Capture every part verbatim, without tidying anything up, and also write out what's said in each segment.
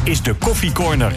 is de Koffie Corner.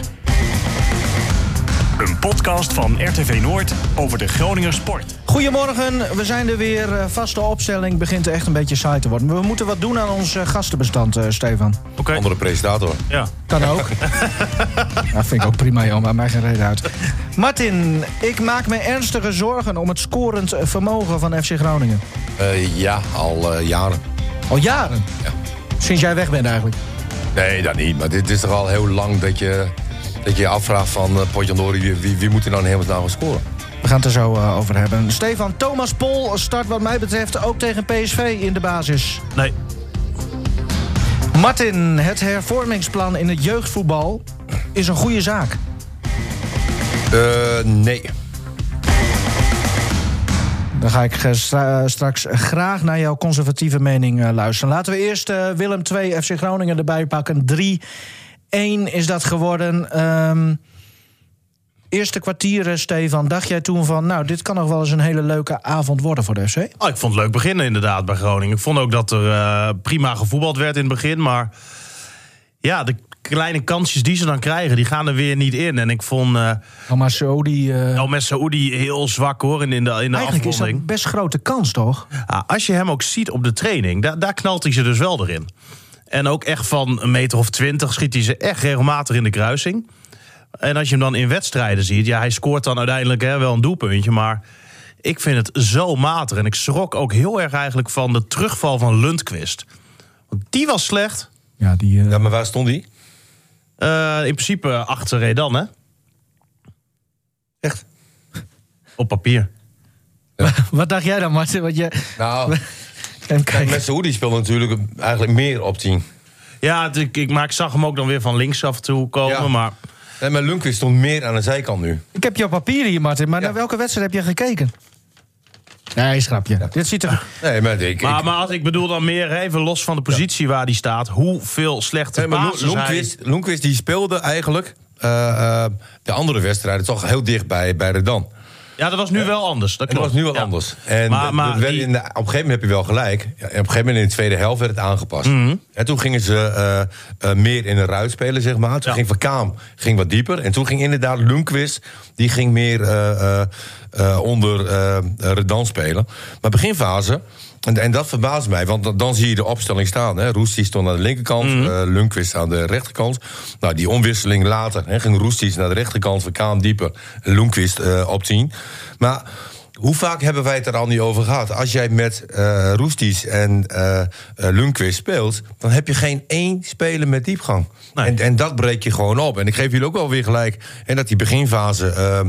Een podcast van R T V Noord over de Groninger sport. Goedemorgen, we zijn er weer. Vaste opstelling begint echt een beetje saai te worden. Maar we moeten wat doen aan ons gastenbestand, uh, Stefan. Okay. Andere presentator. Ja. Kan ook. Dat vind ik ook prima, joh, maar mij geen reden uit. Martin, ik maak me ernstige zorgen om het scorend vermogen van F C Groningen. Uh, ja, al uh, jaren. Al jaren? Ja. Sinds jij weg bent eigenlijk? Nee, dat niet. Maar dit is toch al heel lang dat je dat je, je afvraagt van uh, Potjandori, wie, wie, wie moet er nou helemaal nou gaan scoren? We gaan het er zo uh, over hebben. Stefan, Thomas Pol start wat mij betreft ook tegen P S V in de basis. Nee. Martin, het hervormingsplan in het jeugdvoetbal is een goede zaak. Uh, nee. Dan ga ik stra- straks graag naar jouw conservatieve mening uh, luisteren. Laten we eerst uh, Willem twee F C Groningen erbij pakken. drie één is dat geworden. Um, eerste kwartier, Stefan, dacht jij toen van... nou, dit kan nog wel eens een hele leuke avond worden voor de F C? Oh, ik vond het leuk beginnen inderdaad bij Groningen. Ik vond ook dat er uh, prima gevoetbald werd in het begin. Maar ja, de kleine kansjes die ze dan krijgen, die gaan er weer niet in. En ik vond uh, El Masoudi... Uh... El Masoudi heel zwak, hoor, in de, in de Eigenlijk afronding. is dat een best grote kans, toch? Ja, als je hem ook ziet op de training, daar, daar knalt hij ze dus wel erin. En ook echt van een meter of twintig schiet hij ze echt regelmatig in de kruising. En als je hem dan in wedstrijden ziet, ja, hij scoort dan uiteindelijk hè, wel een doelpuntje, maar ik vind het zo matig. En ik schrok ook heel erg eigenlijk van de terugval van Lundqvist. Want die was slecht. Ja, die, uh... ja maar waar stond die? Uh, in principe achter Redan, hè? Echt? Op papier. Ja. Wat dacht jij dan, Martin? Wat je... Nou, met Saoedi speelde natuurlijk eigenlijk meer op tien. Ja, ik, ik, maar ik zag hem ook dan weer van links af en toe komen, ja. maar... Nee, maar Lundqvist stond meer aan de zijkant nu. Ik heb jouw papieren hier, Martin, maar ja. Naar welke wedstrijd heb je gekeken? Nee, schrapje. Ja. Dit ziet er... Nee, maar, ik, maar, ik... maar als ik bedoel dan meer, even los van de positie ja. waar die staat, hoeveel slechte nee, basis Lundqvist, hij... Lundqvist die speelde eigenlijk uh, uh, de andere wedstrijden toch heel dicht bij, bij Redan. Ja, dat was nu wel anders. Dat, dat was nu wel ja. anders. En maar, maar werd die... in de, op een gegeven moment heb je wel gelijk. Ja, op een gegeven moment in de tweede helft werd het aangepast. Mm-hmm. En toen gingen ze uh, uh, meer in de ruit spelen, zeg maar. Toen ja. ging Van Kaam ging wat dieper. En toen ging inderdaad Lundqvist, die ging meer uh, uh, uh, onder uh, Redan spelen. Maar beginfase... En, en dat verbaast mij, want dan, dan zie je de opstelling staan. Hè. Roestic stond aan de linkerkant, mm. uh, Lundqvist aan de rechterkant. Nou, die omwisseling later hè, ging Roestic naar de rechterkant, Van Kaam dieper, Lundqvist uh, op tien. Maar hoe vaak hebben wij het er al niet over gehad? Als jij met uh, Roestic en uh, uh, Lundqvist speelt, dan heb je geen één speler met diepgang. Nee. En, en dat breek je gewoon op. En ik geef jullie ook wel weer gelijk, en dat die beginfase... Uh,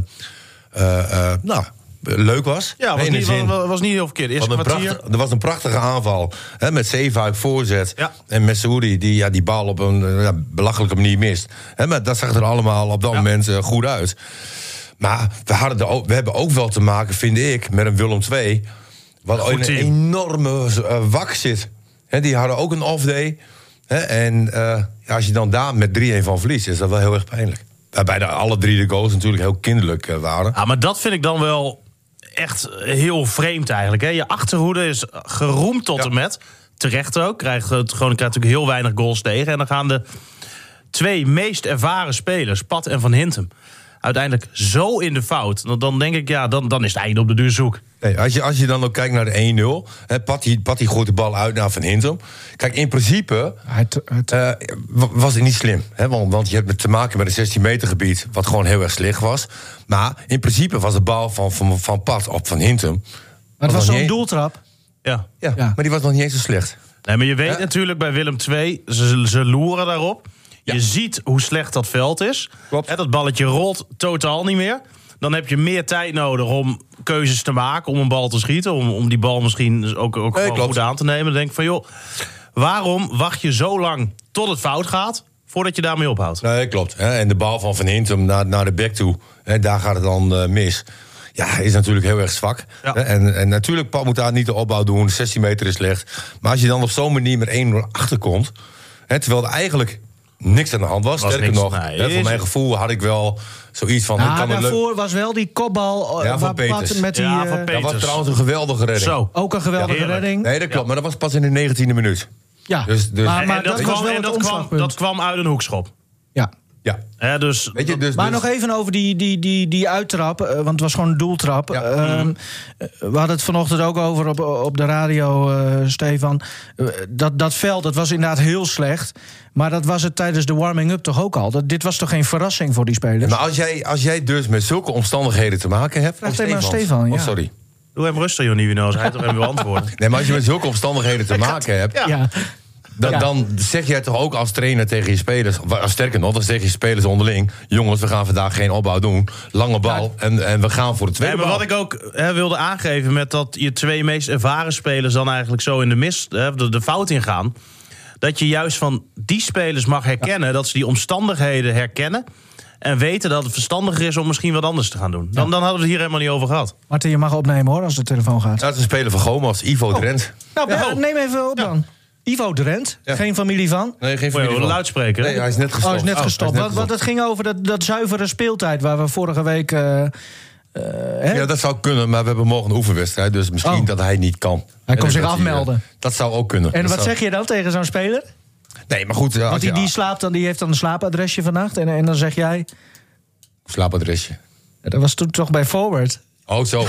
uh, uh, nou, leuk was. Ja, was niet, was, was niet heel verkeerd. Eerste kwartier. Pracht, er was een prachtige aanval. Hè, met Zeefuik voorzet. Ja. En met Saoedi die ja, die bal op een ja, belachelijke manier mist. Hè, maar dat zag er allemaal op dat ja. moment uh, goed uit. Maar we, hadden de, we hebben ook wel te maken, vind ik, met een Willem twee. Wat in een enorme uh, wak zit. Hè, die hadden ook een off-day. Hè, en uh, ja, als je dan daar met drie een van verliest, is dat wel heel erg pijnlijk. Waarbij de, alle drie de goals natuurlijk heel kinderlijk uh, waren. Ja, maar dat vind ik dan wel echt heel vreemd eigenlijk. Hè? Je achterhoede is geroemd tot ja. en met. Terecht ook. Krijgt het Groningen natuurlijk heel weinig goals tegen. En dan gaan de twee meest ervaren spelers, Pat en Van Hintem, uiteindelijk zo in de fout. Dan denk ik, ja, dan, dan is het einde op de duur zoek. Nee, als, je, als je dan ook kijkt naar de één nul... Patty gooit de bal uit naar Van Hintem. Kijk, in principe het, het... Uh, was het niet slim. Hè? Want, want je hebt te maken met een zestien meter gebied... wat gewoon heel erg slecht was. Maar in principe was de bal van, van, van Pat op Van Hintem... Maar het was, was zo'n doeltrap. Ja. Ja, ja, maar die was nog niet eens zo slecht. Nee, maar je weet ja? natuurlijk bij Willem twee... Ze, ze loeren daarop. Ja. Je ziet hoe slecht dat veld is. Klopt. Dat balletje rolt totaal niet meer. Dan heb je meer tijd nodig om keuzes te maken, om een bal te schieten, om, om die bal misschien ook, ook nee, gewoon goed aan te nemen. Dan denk ik van, joh, waarom wacht je zo lang tot het fout gaat voordat je daarmee ophoudt? Nee, klopt. En de bal van Van Hintem naar, naar de back toe, daar gaat het dan uh, mis. Ja, is natuurlijk heel erg zwak. Ja. En, en natuurlijk, Pat moet daar niet de opbouw doen. zestien meter is slecht. Maar als je dan op zo'n manier met één nul achterkomt, terwijl er eigenlijk niks aan de hand was. was Sterker niks, nog, nee, hè, voor mijn gevoel had ik wel zoiets van... Nou, kan daarvoor le- was wel die kopbal... Ja, van Peters. Met die, ja, van dat was trouwens een geweldige redding. Zo. Ook een geweldige ja, redding. Nee, dat klopt. Ja. Maar dat was pas in de negentiende minuut. Ja, dus, dus maar, maar en dat, dat, was kwam, wel en het dat, kwam, dat kwam uit een hoekschop. Ja. Ja. Hè, dus, Weet je, dus, Maar dus, nog even over die, die, die, die uittrap, uh, want het was gewoon een doeltrap. Ja. Uh, Mm. We hadden het vanochtend ook over op, op de radio, uh, Stefan. Uh, dat, dat veld, dat was inderdaad heel slecht. Maar dat was het tijdens de warming-up toch ook al? Dat, dit was toch geen verrassing voor die spelers? maar als jij, als jij dus met zulke omstandigheden te maken hebt... Vraag Oh, het even aan Stefan. Stefan, ja. Oh, sorry. Doe hem rustig, joh, Nivino. Als hij toch even beantwoorden. Nee, maar als je met zulke omstandigheden te maken hebt... Ja. Ja. Dan, Ja. dan zeg jij toch ook als trainer tegen je spelers... wa- sterker nog, dan zeg je spelers onderling... jongens, we gaan vandaag geen opbouw doen. Lange bal en, en we gaan voor de tweede Nee, maar bal. wat ik ook hè, wilde aangeven met dat je twee meest ervaren spelers dan eigenlijk zo in de mist, hè, de, de fout ingaan. Dat je juist van die spelers mag herkennen, ja. dat ze die omstandigheden herkennen. En weten dat het verstandiger is om misschien wat anders te gaan doen. Dan, dan hadden we het hier helemaal niet over gehad. Martin, je mag opnemen hoor, als de telefoon gaat. Dat is een speler van Gomas, Ivo Drent. Nou, Ja. neem even op dan. Ivo Drent, Ja. geen familie van. Nee, geen Moet je familie een van. luidspreker? Nee, hij is net Oh, gestopt. is net Oh, gestopt. hij is net Want, want het ging over dat, dat zuivere speeltijd waar we vorige week... Uh, uh, hè? Ja, dat zou kunnen, maar we hebben morgen een oefenwedstrijd... dus misschien Oh. dat hij niet kan. Hij En kon dat zich hij, afmelden. uh, dat zou ook kunnen. En Dat wat zou- zeg je dan tegen zo'n speler? Nee, maar goed. uh, als Want die, je- die slaapt dan, die heeft dan een slaapadresje vannacht. En, en dan zeg jij... Slaapadresje. Ja, dat was toen toch bij Forward. Oh, zo.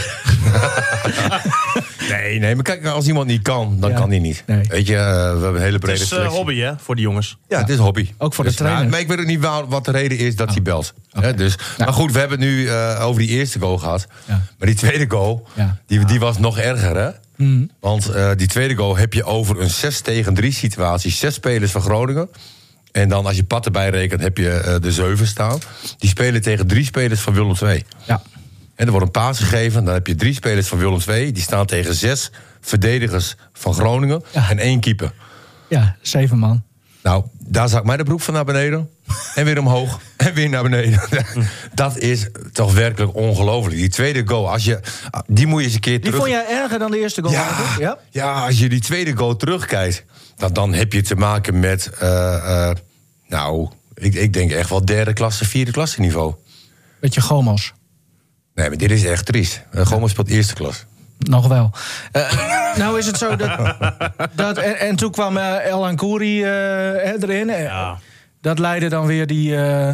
nee, nee, maar kijk, als iemand niet kan, dan Ja. kan hij niet. Nee. Weet je, uh, we hebben een hele Het brede is uh, selectie. hobby, hè, voor die jongens. Ja, het is hobby. Ook voor de Dus, trainer. nou, maar ik weet ook niet waar, wat de reden is dat hij belt. Hè, dus, Maar goed, we hebben het nu uh, over die eerste goal gehad. Ja. Maar die tweede goal, Ja. die, die was nog erger, hè? Mm. Want uh, die tweede goal heb je over een zes tegen drie situatie. Zes spelers van Groningen. En dan als je Pat erbij rekent, heb je uh, de zeven staan. Die spelen tegen drie spelers van Willem twee. Ja. En er wordt een paas gegeven. Dan heb je drie spelers van Willem twee. Die staan tegen zes verdedigers van Groningen. Ja. En één keeper. Ja, zeven man. Nou, daar zak mij de broek van naar beneden. En weer omhoog. En weer naar beneden. Dat is toch werkelijk ongelooflijk. Die tweede goal, als je, die moet je eens een keer Die terug... vond jij erger dan de eerste goal? Ja, eigenlijk? Ja? ja, als je die tweede goal terugkijkt... dan, dan heb je te maken met... Uh, uh, nou, ik, ik denk echt wel derde klasse, vierde klasse niveau. Beetje Gomos. Nee, maar dit is echt triest. Uh, Gewoon speelt eerste klas. Nog wel. Uh, nou is het zo dat... dat en, en toen kwam uh, El Ankouri uh, erin. Ja. Dat leidde dan weer die, uh,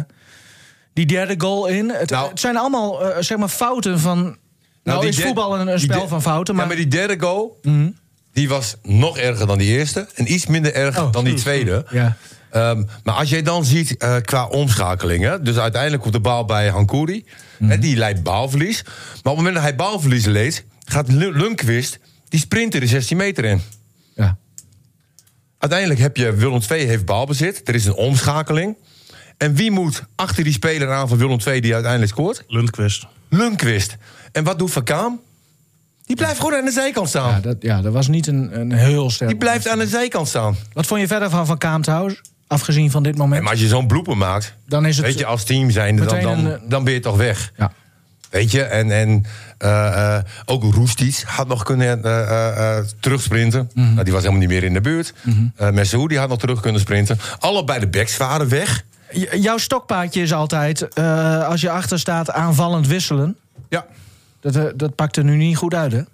die derde goal in. Het, Nou, het zijn allemaal uh, zeg maar fouten van... Nou, nou die is der- voetbal een, een die spel der- van fouten, maar... Ja, maar die derde goal, Mhm. die was nog erger dan die eerste. En iets minder erg Oh. dan die tweede. Ja. Um, maar als jij dan ziet uh, qua omschakelingen... dus uiteindelijk komt de bal bij Hankouri. Mhm. En die leidt balverlies. Maar op het moment dat hij balverlies leed... gaat Lu- Lundqvist, die sprint er de zestien meter in. Ja. Uiteindelijk heb je Willem twee heeft balbezit. Er is een omschakeling. En wie moet achter die speler aan van Willem twee die uiteindelijk scoort? Lundqvist. Lundqvist. En wat doet Van Kaam? Die blijft gewoon aan de zijkant staan. Ja, dat, ja, dat was niet een, een heel sterk... Die blijft aan de zijkant staan. Wat vond je verder van Van Kaam trouwens? Afgezien van dit moment. En maar als je zo'n blooper maakt... Dan is het... weet je, als team zijnde, dan, meteen dan, een, dan ben je toch weg. Ja. Weet je, en, en uh, uh, ook Roestic had nog kunnen uh, uh, uh, terugsprinten. Mm-hmm. Nou, die was helemaal niet meer in de buurt. Mm-hmm. uh, Messoud, die had nog terug kunnen sprinten. Allebei de backs waren weg. J- jouw stokpaardje is altijd, uh, als je achter staat, aanvallend wisselen. Ja. Dat, uh, dat pakt er nu niet goed uit, hè?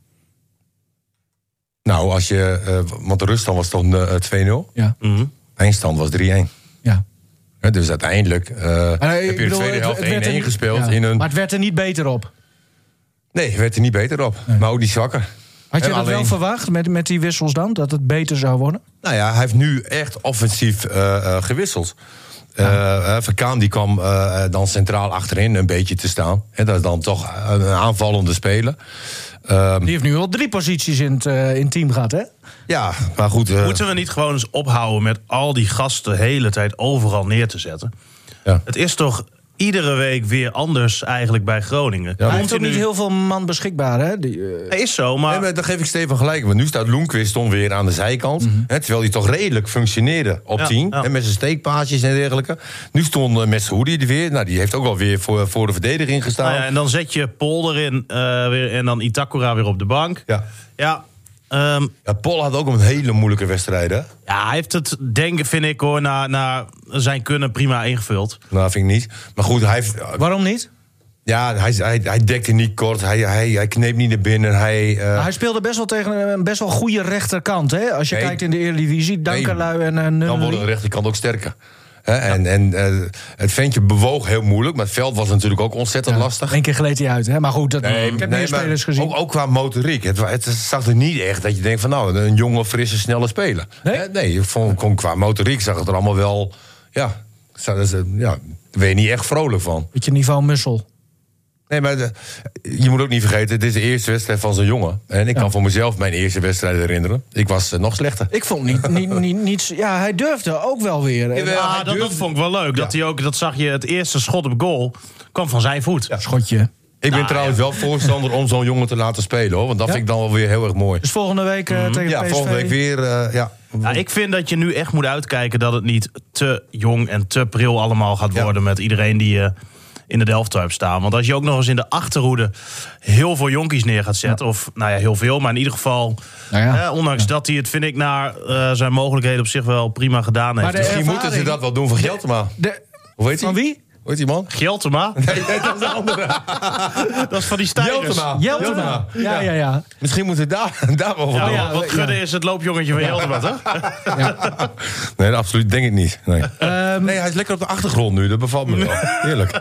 Nou, als je, uh, want de ruststand was toch uh, twee nul. Ja. Mm-hmm. Eindstand was drie-een. Ja. Ja, dus uiteindelijk uh, Uh, heb ik je de bedoel, tweede het- helft het werd één-één er- gespeeld. ja. In een... Maar het werd er niet beter op. Nee, werd er niet beter op. Nee. Maar ook niet zwakker. Had je En dat wel alleen- verwacht met, met die wissels dan? Dat het beter zou worden? Nou ja, hij heeft nu echt offensief uh, uh, gewisseld. Uh, uh, Verkaan die kwam uh, dan centraal achterin een beetje te staan. En dat is dan toch een aanvallende speler. Um, Die heeft nu al drie posities in het, uh, in het team gehad, hè? ja, maar goed. Uh, Moeten we niet gewoon eens ophouden met al die gasten de hele tijd overal neer te zetten? Ja. Het is toch iedere week weer anders eigenlijk bij Groningen. Ja, Hij heeft ook Continu- niet heel veel man beschikbaar, hè? Die, uh, Hij is zo, maar... Nee, maar dan geef ik Stefan gelijk. Want nu staat Lundqvist weer aan de zijkant. Mhm. Hè, terwijl hij toch redelijk functioneerde op Ja, tien. ja. Hè, met zijn steekpaasjes en dergelijke. Nu stond uh, Messoudi er weer. Nou, die heeft ook wel weer voor, voor de verdediging gestaan. Nou ja, en dan zet je Pol erin uh, weer, en dan Itakura weer op de bank. Ja. Ja, um, Ja, Paul had ook een hele moeilijke wedstrijd, hè? ja, hij heeft het, denk vind ik hoor, naar, naar zijn kunnen prima ingevuld. Nou, vind ik niet. Maar goed, hij heeft... waarom niet? Ja, hij, hij, hij dekte niet kort. Hij, hij, hij kneep niet naar binnen. Hij, uh, Maar hij speelde best wel tegen een best wel goede rechterkant, hè? Als je Nee. kijkt in de Eredivisie. Dankerlui en uh, dan wordt de Nunnely. rechterkant ook sterker. Hè, en en uh, het ventje bewoog heel moeilijk, maar het veld was natuurlijk ook ontzettend Ja, lastig. Eén keer gleed hij uit, hè? Maar goed, dat, Nee, ik heb nee, meer spelers gezien. Ook, ook qua motoriek. Het, het zag er niet echt dat je denkt van nou, een jonge, frisse, snelle speler. Nee? Hè, nee, ik vond, vond, qua motoriek zag het er allemaal wel... Ja, zag, ja, daar ben je niet echt vrolijk van. Beetje niveau Mussel. Nee, maar de, je moet ook niet vergeten, dit is de eerste wedstrijd van zo'n jongen. En ik Ja. kan voor mezelf mijn eerste wedstrijd herinneren. Ik was uh, nog slechter. Ik vond niet, niet, niet, niet... Ja, hij durfde ook wel weer. Jawel. Ja, hij dat, dat durfde- vond ik wel leuk. Dat, hij ook, dat zag je, het eerste schot op goal kwam van zijn voet. Schotje. Ik ben Nou, trouwens ja. wel voorstander om zo'n jongen te laten spelen, hoor. Want dat Ja? vind ik dan wel weer heel erg mooi. Dus volgende week uh, tegen Ja, P S V. volgende week weer, uh, ja. Ja, ik vind dat je nu echt moet uitkijken dat het niet te jong en te pril allemaal gaat worden... Ja. met iedereen die uh, in de Delft hebt staan. Want als je ook nog eens in de achterhoede heel veel jonkies neer gaat zetten... of nou ja, heel veel, maar in ieder geval... Nou ja. eh, ondanks Ja. dat hij het, vind ik, naar uh, zijn mogelijkheden op zich wel prima gedaan heeft. Maar de Dus Misschien ervaring- moeten ze dat wel doen voor Geltema. De, Hoe heet hij? van wie? Hoe heet die man? Geltema, Nee, dat is de andere. dat is van die stijgers. Jeltema. Jeltema. Ja, ja, ja. Misschien moeten we daar, daar wel voor Ja, doen. ja. want Gudde is het loopjongetje van Jeltema, toch? Nee, absoluut denk ik niet. Nee. Ehm, nee, hij is lekker op de achtergrond nu. Dat bevalt me wel. Heerlijk.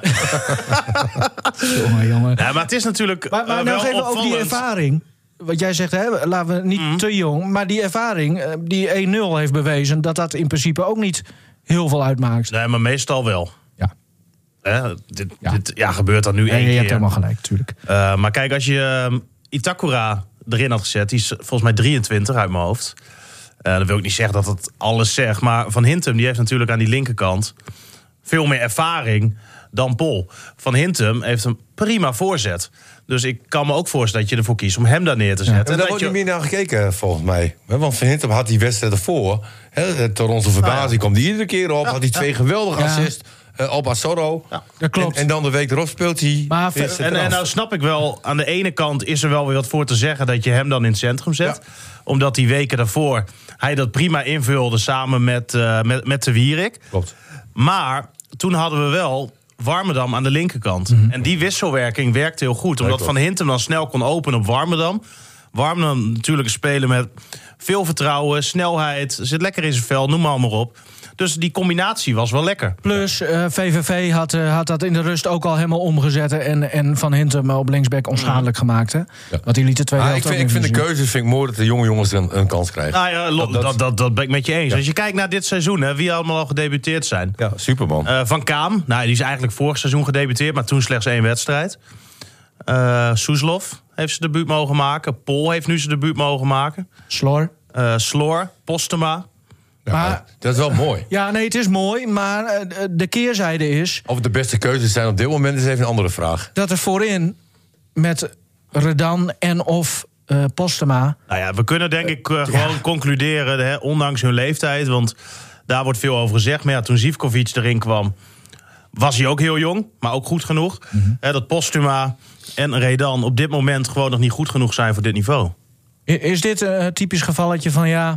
jongen, jongen. Ja, maar het is natuurlijk Maar, maar uh, nou wel even over die opvallend. ervaring. Wat jij zegt, hè, laten we niet te jong. Maar die ervaring, eh, die één nul heeft bewezen... dat dat in principe ook niet heel veel uitmaakt. Nee, maar meestal wel. Ja, Hè, dit, Ja. dit ja, gebeurt dan nu nee, één je keer. hebt helemaal gelijk, natuurlijk. Uh, maar kijk, als je um, Itakura erin had gezet... die is volgens mij drieëntwintig uit mijn hoofd. Uh, dan wil ik niet zeggen dat het alles zegt. Maar Van Hintem die heeft natuurlijk aan die linkerkant... veel meer ervaring dan Pol. Van Hintem heeft een prima voorzet. Dus ik kan me ook voorstellen dat je ervoor kiest om hem daar neer te zetten. En En daar dat wordt je- niet meer naar gekeken, volgens mij. Want Van Hintem had die wedstrijd ervoor. Hè, tot onze verbazing Nou ja. kwam die iedere keer op. Had hij twee geweldige Ja. assists uh, op Asoro. Ja, dat klopt. En, en dan de week erop speelt hij... Maar weer ver- zit En, eraf. en nou snap ik wel, aan de ene kant is er wel weer wat voor te zeggen... dat je hem dan in het centrum zet. Ja. Omdat die weken daarvoor hij dat prima invulde samen met, uh, met, met de Wierik. Klopt. Maar toen hadden we wel Warmerdam aan de linkerkant. Mhm. En die wisselwerking werkte heel goed. Omdat klopt. Van Hintem dan snel kon openen op Warmerdam. Warmerdam natuurlijk een speler met veel vertrouwen, snelheid. Zit lekker in zijn vel, noem maar allemaal op. Dus die combinatie was wel lekker. Plus, uh, V V V had, uh, had dat in de rust ook al helemaal omgezet... en, en Van Hintem op linksback onschadelijk gemaakt. Hè? Want die liet de tweede Ah, helft ik vind, ook ik vind de niet zien. keuzes vind ik mooi dat de jonge jongens een, een kans krijgen. Nou ja, lo- Dat- dat, dat, dat, ben ik met je eens. Ja. Als je kijkt naar dit seizoen, hè, wie allemaal al gedebuteerd zijn. Ja, superman. Uh, Van Kaam, nou, die is eigenlijk vorig seizoen gedebuteerd... maar toen slechts één wedstrijd. Uh, Soeslof heeft zijn debuut mogen maken. Pol heeft nu zijn debuut mogen maken. Sloor. Uh, Sloor, Postema. Ja, maar- dat is wel mooi. Ja, nee, het is mooi, maar uh, de keerzijde is... Of het de beste keuzes zijn op dit moment is even een andere vraag. dat er voorin met Redan en of uh, Postema... Nou ja, we kunnen denk ik uh, gewoon concluderen, hè, ondanks hun leeftijd... want daar wordt veel over gezegd. Maar ja, toen Zivkovic erin kwam, was hij ook heel jong, maar ook goed genoeg. Mm-hmm. Hè, dat Postuma en Redan op dit moment gewoon nog niet goed genoeg zijn voor dit niveau. I- Is dit een typisch gevalletje van ja...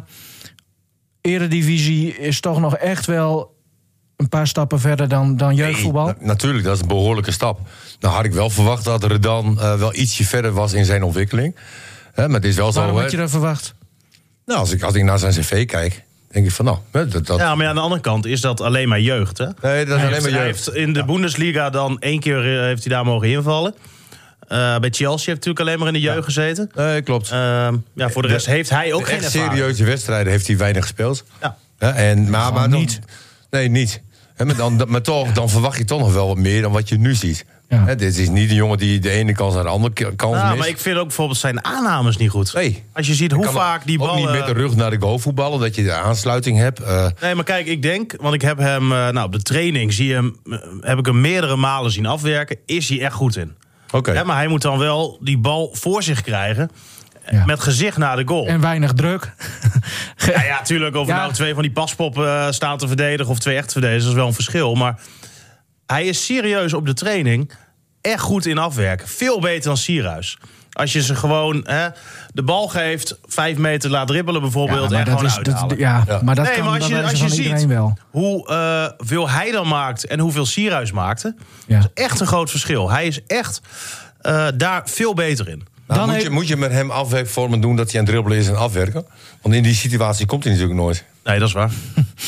Eredivisie is toch nog echt wel een paar stappen verder dan, dan jeugdvoetbal? Nee, na- natuurlijk, dat is een behoorlijke stap. Nou had ik wel verwacht dat Redan uh, wel ietsje verder was in zijn ontwikkeling. Hè, maar het is wel zo. Waarom hè, had je dat verwacht? Nou, als ik, als ik naar zijn cv kijk, denk ik van nou, hè, dat, dat, Ja, maar aan de andere kant is dat alleen maar jeugd, hè? nee, dat is Hij alleen maar heeft, hij jeugd. heeft in de Bundesliga dan één keer uh, heeft hij daar mogen invallen. Uh, bij Chelsea heeft hij natuurlijk alleen maar in de jeugd gezeten. Nee, klopt. Uh, ja, voor de rest heeft hij ook De geen echt ervaring. serieuze wedstrijden heeft hij weinig gespeeld. Ja. Hè, en, maar, maar dan- niet. Nee, niet. Hè, maar, dan, maar toch, dan verwacht je toch nog wel wat meer dan wat je nu ziet. Ja. Hè, dit is niet een jongen die de ene kans naar de andere k- kans Nou, mist. maar ik vind ook bijvoorbeeld zijn aannames niet goed. Nee. Als je ziet hoe Kan vaak die ook ballen... niet met de rug naar de goal voetballen, dat je de aansluiting hebt. Uh, Nee, maar kijk, ik denk, want ik heb hem uh, nou, op de training zie je hem, uh, heb ik hem meerdere malen zien afwerken. Is hij echt goed in? Oké. Hè, maar hij moet dan wel die bal voor zich krijgen. Ja. Met gezicht naar de goal. En weinig druk. Ja, ja, tuurlijk. Of Ja. nou twee van die paspoppen uh, staan te verdedigen of twee echt verdedigers, dat is wel een verschil. Maar hij is serieus op de training echt goed in afwerken. Veel beter dan Sierhuis. Als je ze gewoon hè, de bal geeft, vijf meter laat dribbelen bijvoorbeeld, maar en dat gewoon is, dat, uithalen. ja, Ja. maar dat Nee, kan maar als dat je, weten als van je iedereen ziet wel. hoe uh, veel hij dan maakt en hoeveel Sierhuis maakte, Ja. dat is echt een groot verschil. Hij is echt uh, daar veel beter in. Nou, Dan moet, heeft- je, moet je met hem afwerkvormen doen dat hij aan het dribbelen is en afwerken? Want in die situatie komt hij natuurlijk nooit. Nee, dat is waar.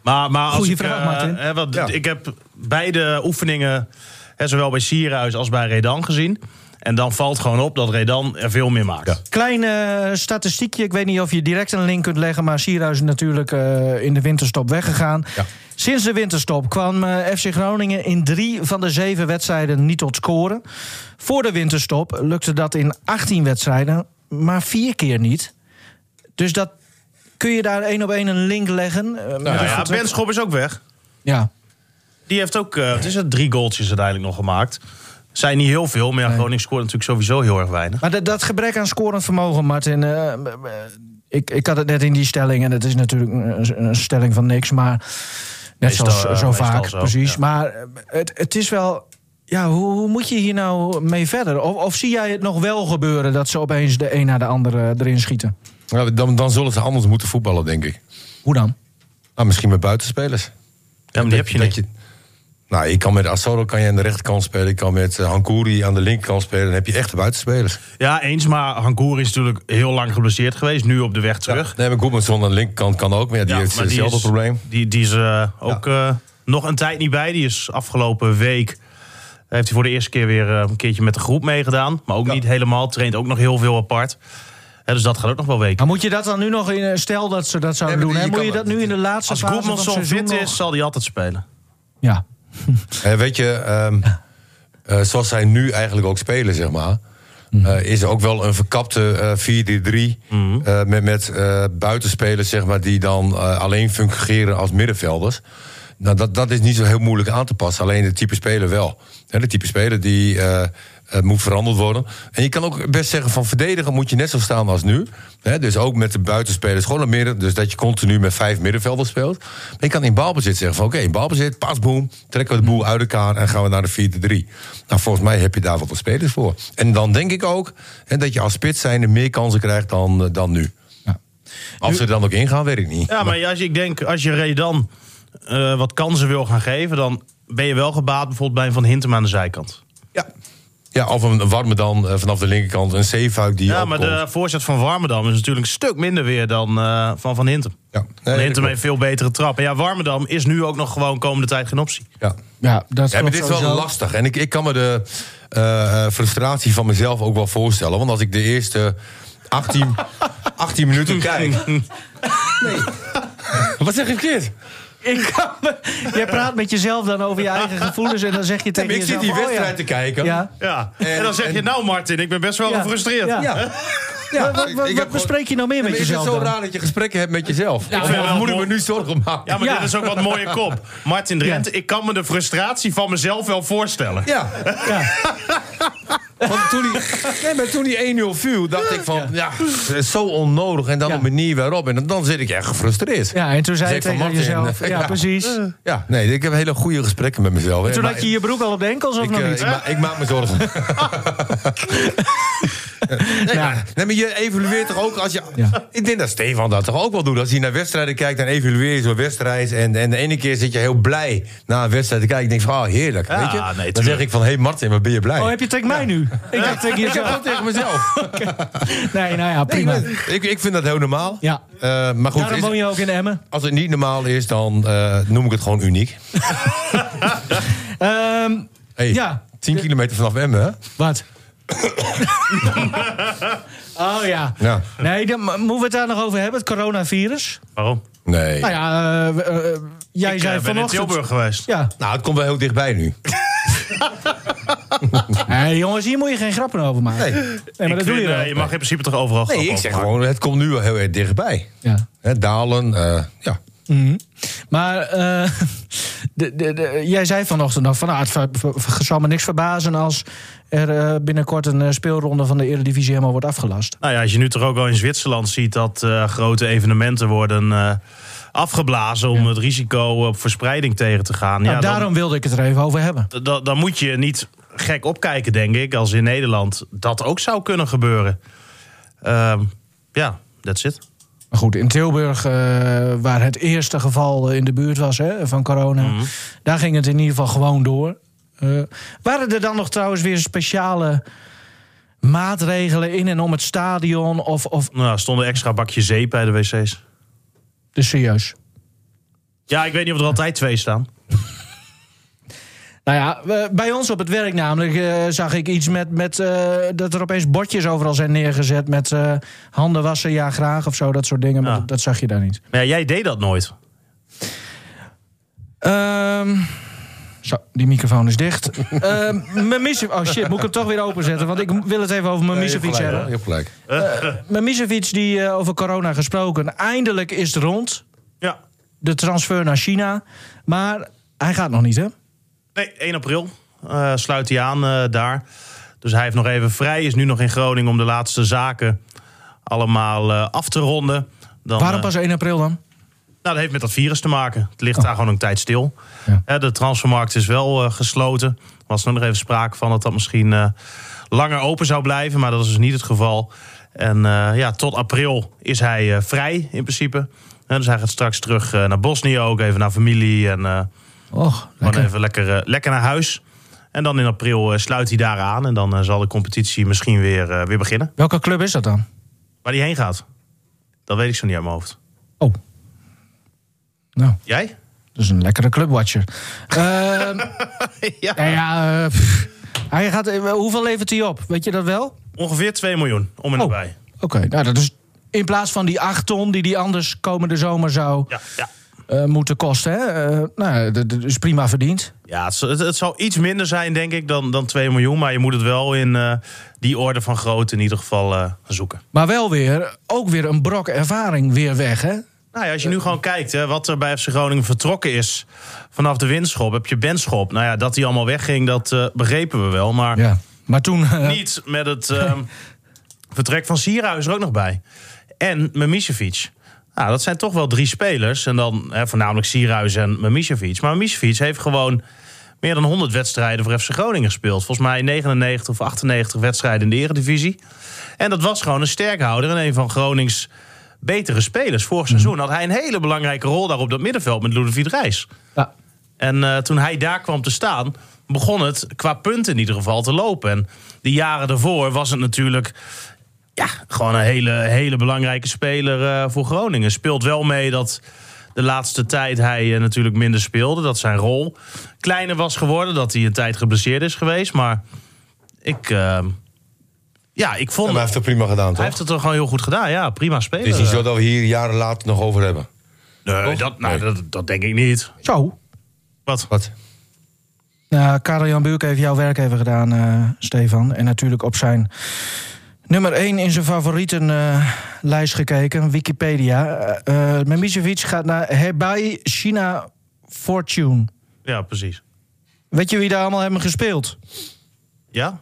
Maar, maar als Goeie ik, vraag, uh, Martin. Hè, wat, Ja. Ik heb beide oefeningen, hè, zowel bij Sierhuis als bij Redan gezien. En dan valt gewoon op dat Redan er veel meer maakt. Ja. Klein uh, statistiekje, ik weet niet of je direct een link kunt leggen... maar Sierhuis is natuurlijk uh, in de winterstop weggegaan. Ja. Sinds de winterstop kwam uh, F C Groningen in drie van de zeven wedstrijden niet tot scoren. Voor de winterstop lukte dat in achttien wedstrijden, maar vier keer niet. Dus dat kun je daar één op één een link leggen. Uh, met Nou een ja, vertrek- Benschop is ook weg. Ja. Die heeft ook, uh, het is het, drie goaltjes uiteindelijk nog gemaakt. Zijn niet heel veel, maar ja, Nee. Groningen scoort natuurlijk sowieso heel erg weinig. Maar dat, dat gebrek aan scorend vermogen, Martin... Uh, ik, ik had het net in die stelling, en het is natuurlijk een, een stelling van niks... maar net Meestal, zoals uh, zo meestal vaak, zo, precies. ja. Maar het, het is wel... Ja, hoe, hoe moet je hier nou mee verder? Of, of zie jij het nog wel gebeuren... dat ze opeens de een na de andere erin schieten? Nou, dan, dan zullen ze anders moeten voetballen, denk ik. Hoe dan? Nou, misschien met buitenspelers. Ja, maar die heb je Dat niet. Nou, je kan met Asoro kan je aan de rechterkant spelen. Je kan met uh, Hankouri aan de linkerkant spelen. Dan heb je echte buitenspelers. Ja, eens, maar Hankouri is natuurlijk heel lang geblesseerd geweest. Nu op de weg terug. Nee, maar Goedmanson aan de linkerkant kan ook. Maar ja, die Ja, heeft maar die hetzelfde is- probleem. Die, die is uh, ook uh, nog een tijd niet bij. Die is afgelopen week... heeft hij voor de eerste keer weer uh, een keertje met de groep meegedaan. Maar ook Ja. niet helemaal. Traint ook nog heel veel apart. Hè, dus dat gaat ook nog wel weken. Maar moet je dat dan nu nog in... Stel dat ze dat zouden Nee, maar doen. die- Hè? je Moet je kan- dat nu in de laatste Als fase van het Goedmanson seizoen fit nog- is, zal hij altijd spelen. Ja. Eh, weet je, ehm, eh, zoals zij nu eigenlijk ook spelen, zeg maar... eh, is er ook wel een verkapte eh vier drie drie... eh, met, met eh, buitenspelers, zeg maar... die dan eh, alleen fungeren als middenvelders. Nou, dat, dat is niet zo heel moeilijk aan te passen. Alleen de type speler wel. Hè, de type speler die... eh, uh, moet veranderd worden. En je kan ook best zeggen van verdedigen moet je net zo staan als nu. Hè, dus ook met de buitenspelers gewoon een midden. Dus dat je continu met vijf middenvelders speelt. Maar je kan in balbezit zeggen van oké, okay, in balbezit, pasboom, trekken we de boel uit elkaar en gaan we naar de vier drie. Nou, volgens mij heb je daar wel de spelers voor. En dan denk ik ook hè, dat je als spits zijnde meer kansen krijgt dan, uh, dan nu. Ja. Of ze er dan ook ingaan, weet ik niet. Ja, maar als je, ik denk, als je Redan uh, wat kansen wil gaan geven... dan ben je wel gebaat bijvoorbeeld bij een Van Hintem aan de zijkant. Ja. Ja, of een warme dan uh, vanaf de linkerkant, een Zeefuik die Ja, opkomt. maar de voorzet van Warmerdam is natuurlijk een stuk minder weer dan uh, van Van Hintem. Ja. Nee, Van Hintem dat heeft veel betere trap. En ja, Warmerdam is nu ook nog gewoon komende tijd geen optie. Ja. Ja, dat Ja, maar klopt dit is wel sowieso. lastig. En ik, ik kan me de uh, frustratie van mezelf ook wel voorstellen. Want als ik de eerste achttien, achttien minuten kijk... Nee. Wat zeg ik verkeerd? Ik kan me- Jij praat met jezelf dan over je eigen gevoelens en dan zeg je tegen ik jezelf... zit die oh, wedstrijd ja. te kijken. Ja. Ja. En, En- dan zeg je, en- nou Martin, ik ben best wel Ja. gefrustreerd. Ja. Ja. Wat, wat, ik- wat, ik wat heb bespreek je nou meer Ja, met maar is het jezelf zo dan? raar dat je gesprekken hebt met jezelf? Ja, Of maar- moet ik me nu zorgen maken? Ja, maar Ja. dit is ook wat een mooie kop. Martin Drenthe, ik kan me de frustratie van mezelf wel voorstellen. Ja. Ja. Want toen die, nee, maar toen die één nul viel, dacht ik van... ja, het is zo onnodig. En dan Ja. op manier waarop. En dan, dan zit ik echt gefrustreerd. Ja, en toen zei je Zeg van tegen Martin, jezelf... eh, Ja, ja. precies. Ja, nee, ik heb hele goede gesprekken met mezelf. hè. Toen Maar had je je broek al op de enkels of ik, nog eh, niet? ik, ma- ik maak me zorgen. nee, maar, nee, maar je evalueert toch ook als je... Ja. Ik denk dat Stefan dat toch ook wel doet. Als hij naar wedstrijden kijkt, dan evalueer je zo'n wedstrijd. En, en de ene keer zit je heel blij naar een wedstrijd te kijken. Ik denk van, oh, heerlijk. Ja, weet je? nee, dan tuurlijk. zeg ik van, hé hey Martin, wat ben je blij? Oh, heb je tegen mij nu? Ik dacht tegen Ik heb jezelf. gewoon tegen mezelf. Nee, nou ja, prima. ik, ik vind dat heel normaal. Ja. Uh, maar goed, Daarom is- woon je ook in Emmen. als het niet normaal is, dan uh, noem ik het gewoon uniek. Ehm, Hey, Ja. tien kilometer vanaf Emmen, hè? Wat? Oh ja. Ja. Nee, dan, mo- moeten we het daar nog over hebben? Het coronavirus? Waarom? Nee. Nou ja, uh, uh, jij ik zei uh, ben in vanochtend... Tilburg geweest. Ja. Nou, het komt wel heel dichtbij nu. Nee, jongens, hier moet je geen grappen over maken. Nee, Nee, maar Ik dat doe vind, je wel. uh, je mag in principe toch overal nee grappen ik zeg over maken. gewoon, het komt nu wel heel erg dichtbij. Ja. Hè, Dalen, uh, ja. Mhm. Maar eh, de, de, de, jij zei vanochtend nog van... Nou, het ver- ver- ver- zal me niks verbazen als er eh, binnenkort een eh, speelronde van de Eredivisie helemaal wordt afgelast. Nou ja, als je nu toch ook al in Zwitserland ziet dat uh, grote evenementen worden uh, afgeblazen om Ja. het risico op verspreiding tegen te gaan. Nou, ja, dan, daarom wilde ik het er even over hebben. dan, dan moet je niet gek opkijken, denk ik, als in Nederland dat ook zou kunnen gebeuren. Uh, ja, that's it. Maar goed, in Tilburg, uh, waar het eerste geval in de buurt was hè, van corona... Mm-hmm. daar ging het in ieder geval gewoon door. Uh, waren er dan nog trouwens weer speciale maatregelen in en om het stadion? Of, of Nou, er stonden extra bakje zeep bij de wc's. dus serieus? Ja, ik weet niet of er altijd twee staan. Nou ja, we- bij ons op het werk namelijk uh, zag ik iets met, met uh, dat er opeens bordjes overal zijn neergezet met uh, handen wassen, ja graag of zo, dat soort dingen. Maar Ja. dat, dat zag je daar niet. Maar ja, jij deed dat nooit. Ehm zo, die microfoon is dicht. Ehm mijn Misevic- oh shit, moet ik hem toch weer openzetten? Want ik wil het even over mijn Misevic Je hebben. hebt gelijk. Mijn Misevic, die uh, over corona gesproken. Eindelijk is het rond. Ja. De transfer naar China. Maar hij gaat nog niet, hè? Nee, één april uh, sluit hij aan uh, daar. Dus hij heeft nog even vrij. Is nu nog in Groningen om de laatste zaken allemaal uh, af te ronden. Dan, Waarom uh, pas één april dan? Nou, dat heeft met dat virus te maken. Het ligt daar gewoon een tijd stil. Ja. Hè, de transfermarkt is wel uh, gesloten. Er was nog even sprake van dat dat misschien uh, langer open zou blijven. Maar dat is dus niet het geval. En uh, ja, tot april is hij uh, vrij in principe. Uh, dus hij gaat straks terug uh, naar Bosnië ook. Even naar familie en uh, Och, gewoon lekker. even lekker, uh, lekker naar huis. En dan in april uh, sluit hij daar aan. En dan uh, zal de competitie misschien weer, uh, weer beginnen. Welke club is dat dan? Waar hij heen gaat, dat weet ik zo niet uit mijn hoofd. Oh. Nou, Jij? dat is een lekkere clubwatcher. Ehm Ja. nou ja, uh, pff. hij gaat, uh, hoeveel levert hij op? Weet je dat wel? Ongeveer twee miljoen, om en Oh. nabij. Oké, nou dat is in plaats van die acht ton die die anders komende zomer zou Ja, ja. uh, moeten kosten. Hè? Uh, nou, dat dat is prima verdiend. Ja, het, het, het zal iets minder zijn, denk ik, dan, dan twee miljoen. Maar je moet het wel in uh, die orde van grootte in ieder geval uh, zoeken. Maar wel weer, ook weer een brok ervaring weer weg, hè? Nou ja, als je nu gewoon kijkt hè, wat er bij F C Groningen vertrokken is vanaf de winstschop, heb je Benschop. Nou ja, dat die allemaal wegging, dat uh, begrepen we wel. Maar Ja. Maar toen... Uh, niet met het uh, vertrek van Sierhuis er ook nog bij. En Mimicevic. Nou, dat zijn toch wel drie spelers. En dan hè, voornamelijk Sierhuis en Mimicevic. Maar Mimicevic heeft gewoon meer dan honderd wedstrijden voor F C Groningen gespeeld. Volgens mij negenennegentig of achtennegentig wedstrijden in de Eredivisie. En dat was gewoon een sterkhouder en een van Gronings betere spelers. Vorig seizoen had hij een hele belangrijke rol daar op dat middenveld met Ludovic Reis. ja. En uh, toen hij daar kwam te staan, begon het qua punten in ieder geval te lopen. En die jaren daarvoor was het natuurlijk ja, gewoon een hele, hele belangrijke speler uh, voor Groningen. Speelt wel mee dat de laatste tijd hij uh, natuurlijk minder speelde. Dat zijn rol kleiner was geworden. Dat hij een tijd geblesseerd is geweest. Maar ik... Uh, ja, ik vond... Ja, maar hij heeft het prima gedaan, toch? Hij heeft het toch gewoon heel goed gedaan. Ja, prima speler. Het is niet zo dat we hier jaren later nog over hebben. Nee, dat, nou, Nee. dat, dat denk ik niet. Zo. Wat? Wat? Nou, Karel-Jan Buurk heeft jouw werk even gedaan, uh, Stefan. En natuurlijk op zijn nummer één in zijn favorietenlijst uh, gekeken, Wikipedia. Uh, Mimicevic gaat naar Hebei China Fortune. Ja, precies. Weet je wie daar allemaal hebben gespeeld? Ja?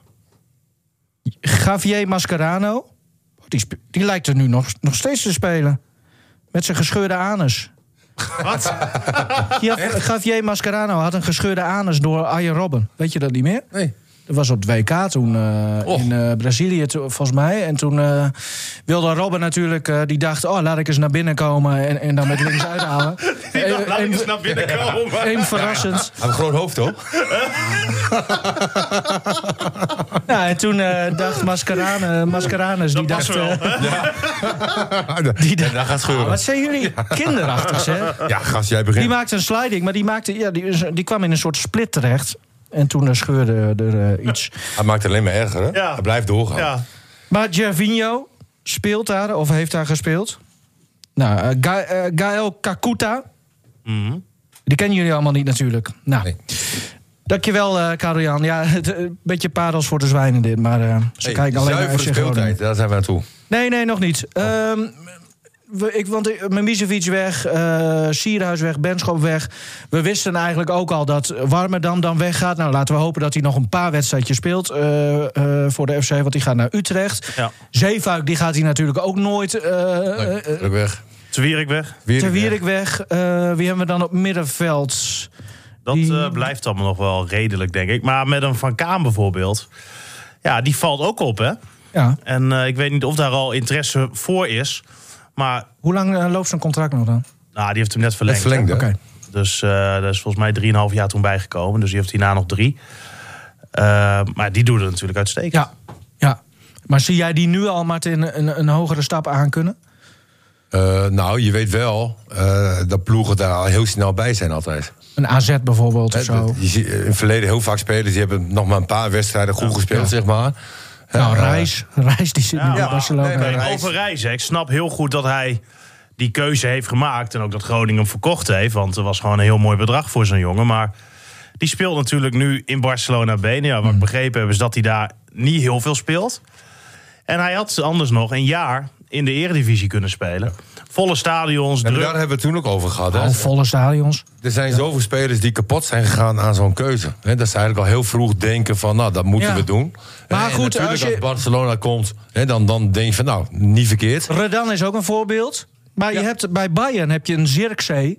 Javier Mascherano. Die, spe- die lijkt er nu nog, nog steeds te spelen. Met zijn gescheurde anus. Wat? Ja, Javier Mascherano had een gescheurde anus door Arjen Robben. Weet je dat niet meer? Nee. Dat was op het W K toen uh, Och. in uh, Brazilië, to- volgens mij. En toen uh, wilde Robben natuurlijk, uh, die dacht... oh, laat ik eens naar binnen komen en, en dan met links uithalen. Laat ik eens Eén naar binnen komen. één verrassend. Hij heeft een groot hoofd, toch? Ja, en toen uh, dacht Mascherano, Mascheranus, die Dat was dacht... er wel. uh, Die ja, daar gaat scheuren. ah, wat zijn jullie kinderachtigs, hè? Ja, gast, jij Die begint. maakte een sliding, maar die, maakte, ja, die, die kwam in een soort split terecht. En toen uh, scheurde er uh, iets. Hij maakt het alleen maar erger, hè? Ja. Hij blijft doorgaan. Ja. Maar Gervinho speelt daar, of heeft daar gespeeld. Nou, uh, Ga- uh, Gael Kakuta. Mhm. Die kennen jullie allemaal niet natuurlijk. Nou, Nee. dankjewel uh, Karel-Jan. Ja, het, uh, een beetje parels voor de zwijnen dit. Maar uh, ze Hey, kijken alleen naar zuivere F C Groningen. speeltijd, daar zijn we naartoe. Nee, nee, nog niet. Ehm, we, ik, want uh, Mimicevic weg, uh, Sierhuis weg, Benschop weg. We wisten eigenlijk ook al dat Warmerdam dan weggaat. Nou, laten we hopen dat hij nog een paar wedstrijdjes speelt uh, uh, voor de F C. Want die gaat naar Utrecht. Ja. Zeefuik, die gaat hij natuurlijk ook nooit. Uh, Nee, uh, druk weg. Zwierik weg. Weer Ter Wierik weg. Uh, wie hebben we dan op middenveld? Dat Die- uh, blijft allemaal nog wel redelijk, denk ik. Maar met een Van Kaam bijvoorbeeld. Ja, die valt ook op, hè? Ja. En uh, ik weet niet of daar al interesse voor is. Maar Hoe lang uh, loopt zijn contract nog dan? nou, die heeft hem net verlengd. Net verlengd, hè? hè? Oké. Dus uh, daar is volgens mij drieënhalf jaar toen bijgekomen. Dus die heeft hierna nog drie. Uh, maar die doet het natuurlijk uitstekend. Ja. ja. Maar zie jij die nu al, Martin, een, een hogere stap aan kunnen? Uh, nou, je weet wel uh, dat ploegen daar al heel snel bij zijn altijd. Een A Z bijvoorbeeld He, of zo. Je ziet in het verleden heel vaak spelers... die hebben nog maar een paar wedstrijden goed ja, gespeeld, ja. zeg maar. Nou, uh, Reis, Reis die zit ja, nu in Barcelona. Nee, nee, over Reis, ik snap heel goed dat hij die keuze heeft gemaakt... en ook dat Groningen hem verkocht heeft... want er was gewoon een heel mooi bedrag voor zo'n jongen. Maar die speelt natuurlijk nu in Barcelona B. Nou, ja, wat hmm. ik begrepen heb is dat hij daar niet heel veel speelt. En hij had anders nog een jaar... in de Eredivisie kunnen spelen. Volle stadions. En daar hebben we het toen ook over gehad. Hè? Al volle stadions. Er zijn ja. zoveel spelers die kapot zijn gegaan aan zo'n keuze. He, dat ze eigenlijk al heel vroeg denken van, nou, dat moeten ja. we doen. Maar en, goed, en natuurlijk als, je... als Barcelona komt, he, dan, dan denk je van, nou, niet verkeerd. Redan is ook een voorbeeld. Maar ja. je hebt, bij Bayern heb je een Zirkzee.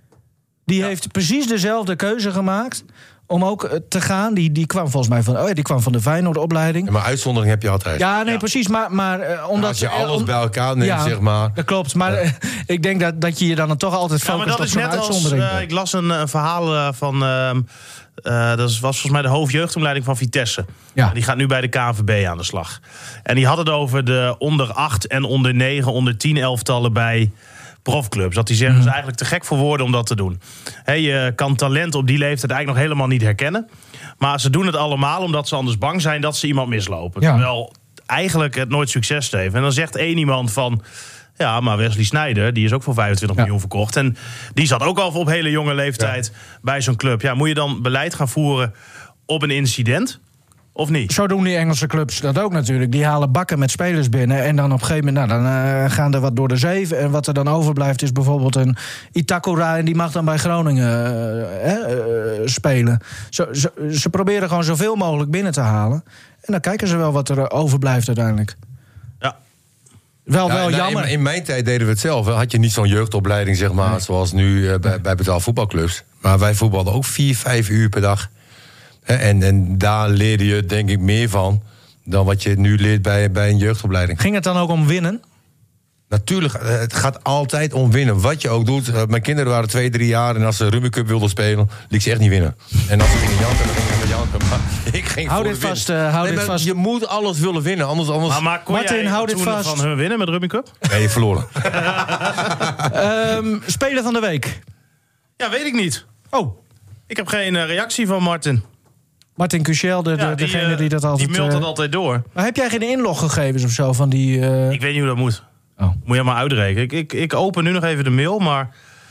Die ja. heeft precies dezelfde keuze gemaakt... om ook te gaan. Die, die kwam volgens mij van, oh ja, die kwam van de Feyenoord-opleiding. Ja, maar uitzondering heb je altijd. Ja, nee, ja. precies. Maar, maar uh, omdat nou, als je alles om, bij elkaar neemt, ja, zeg maar. Dat klopt. Maar ja. uh, ik denk dat, dat je je dan toch altijd focust ja, op zo'n uitzondering. Als, uh, ik las een uh, verhaal uh, van... Uh, uh, dat was volgens mij de hoofdjeugdopleiding van Vitesse. Ja. Die gaat nu bij de K N V B aan de slag. En die had het over de onder acht en onder negen, onder tien elftallen bij... profclubs. Dat die zeggen, het is eigenlijk te gek voor woorden om dat te doen. He, je kan talent op die leeftijd eigenlijk nog helemaal niet herkennen. Maar ze doen het allemaal omdat ze anders bang zijn dat ze iemand mislopen. Ja. Terwijl eigenlijk het nooit succes heeft. En dan zegt één iemand van... ja, maar Wesley Sneijder, die is ook voor vijfentwintig ja. miljoen verkocht. En die zat ook al op hele jonge leeftijd ja. bij zo'n club. Ja, moet je dan beleid gaan voeren op een incident... of niet? Zo doen die Engelse clubs dat ook natuurlijk. Die halen bakken met spelers binnen. En dan op een gegeven moment nou, dan, uh, gaan er wat door de zeven. En wat er dan overblijft is bijvoorbeeld een Itakura. En die mag dan bij Groningen uh, uh, spelen. Zo, zo, ze proberen gewoon zoveel mogelijk binnen te halen. En dan kijken ze wel wat er overblijft uiteindelijk. Ja. Wel, ja, wel nou, jammer. In, in mijn tijd deden we het zelf. Had je niet zo'n jeugdopleiding, zeg maar, nee. zoals nu uh, bij, bij betaald voetbalclubs. Maar wij voetbalden ook vier, vijf uur per dag. En, en daar leerde je denk ik meer van dan wat je nu leert bij, bij een jeugdopleiding. Ging het dan ook om winnen? Natuurlijk, het gaat altijd om winnen. Wat je ook doet. Mijn kinderen waren twee, drie jaar en als ze Rummy Cup wilden spelen, liet ze echt niet winnen. En als ze gingen janken, dan gingen ze janken. Maar ik ging hou voor dit de vast, uh, hou nee, dit vast. Je moet alles willen winnen. Anders, anders... Maar, maar kon Martin, jij hou dit vast. van hun winnen met Rummy Cup? Nee, je verloren. um, Speler van de week. Ja, weet ik niet. Oh. Ik heb geen uh, reactie van Martin. Martin Cuchel, de, ja, de, die, degene die dat altijd... Die mailt dat uh, altijd door. Maar heb jij geen inloggegevens of zo van die... Uh... Ik weet niet hoe dat moet. Oh. Moet je maar uitrekenen. Ik, ik, ik open nu nog even de mail, maar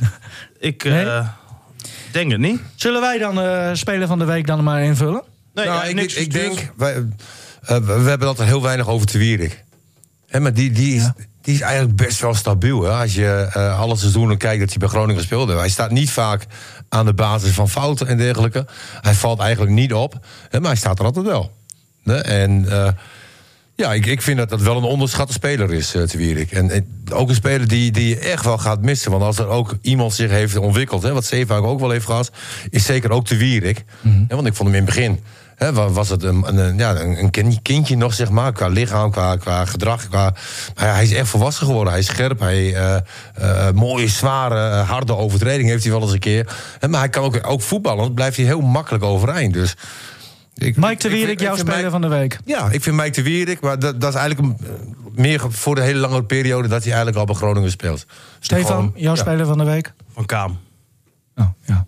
ik uh, nee? denk het niet. Zullen wij dan uh, Speler van de Week dan maar invullen? Nee, nou, ja, ik, niks ik denk... Wij, uh, we hebben het er heel weinig over te Wierik. He, maar die, die, is, ja. die is eigenlijk best wel stabiel. Hè? Als je uh, alle seizoenen kijkt dat hij bij Groningen speelde. Hij staat niet vaak aan de basis van fouten en dergelijke. Hij valt eigenlijk niet op. Hè, maar hij staat er altijd wel. Hè? En uh, ja, ik, ik vind dat dat wel een onderschatte speler is, uh, te Wierik. En, en ook een speler die, die je echt wel gaat missen. Want als er ook iemand zich heeft ontwikkeld, hè, wat Zeefuik ook wel heeft gehad, is zeker ook te Wierik. Mm-hmm. Ja, want ik vond hem in het begin... He, was het een, een, ja, een kindje nog, zeg maar, qua lichaam, qua, qua gedrag. Qua, maar hij is echt volwassen geworden. Hij is scherp, hij uh, uh, mooie, zware, uh, harde overtreding heeft hij wel eens een keer. He, maar hij kan ook, ook voetballen, blijft hij heel makkelijk overeind. Dus ik, Mike de Wierik, jouw speler Mike, van de week. Ja, ik vind Mike de Wierik, maar dat, dat is eigenlijk een, meer voor de hele lange periode dat hij eigenlijk al bij Groningen speelt. Stefan, gewoon, jouw ja. speler van de week? Van Kaam. Oh, ja.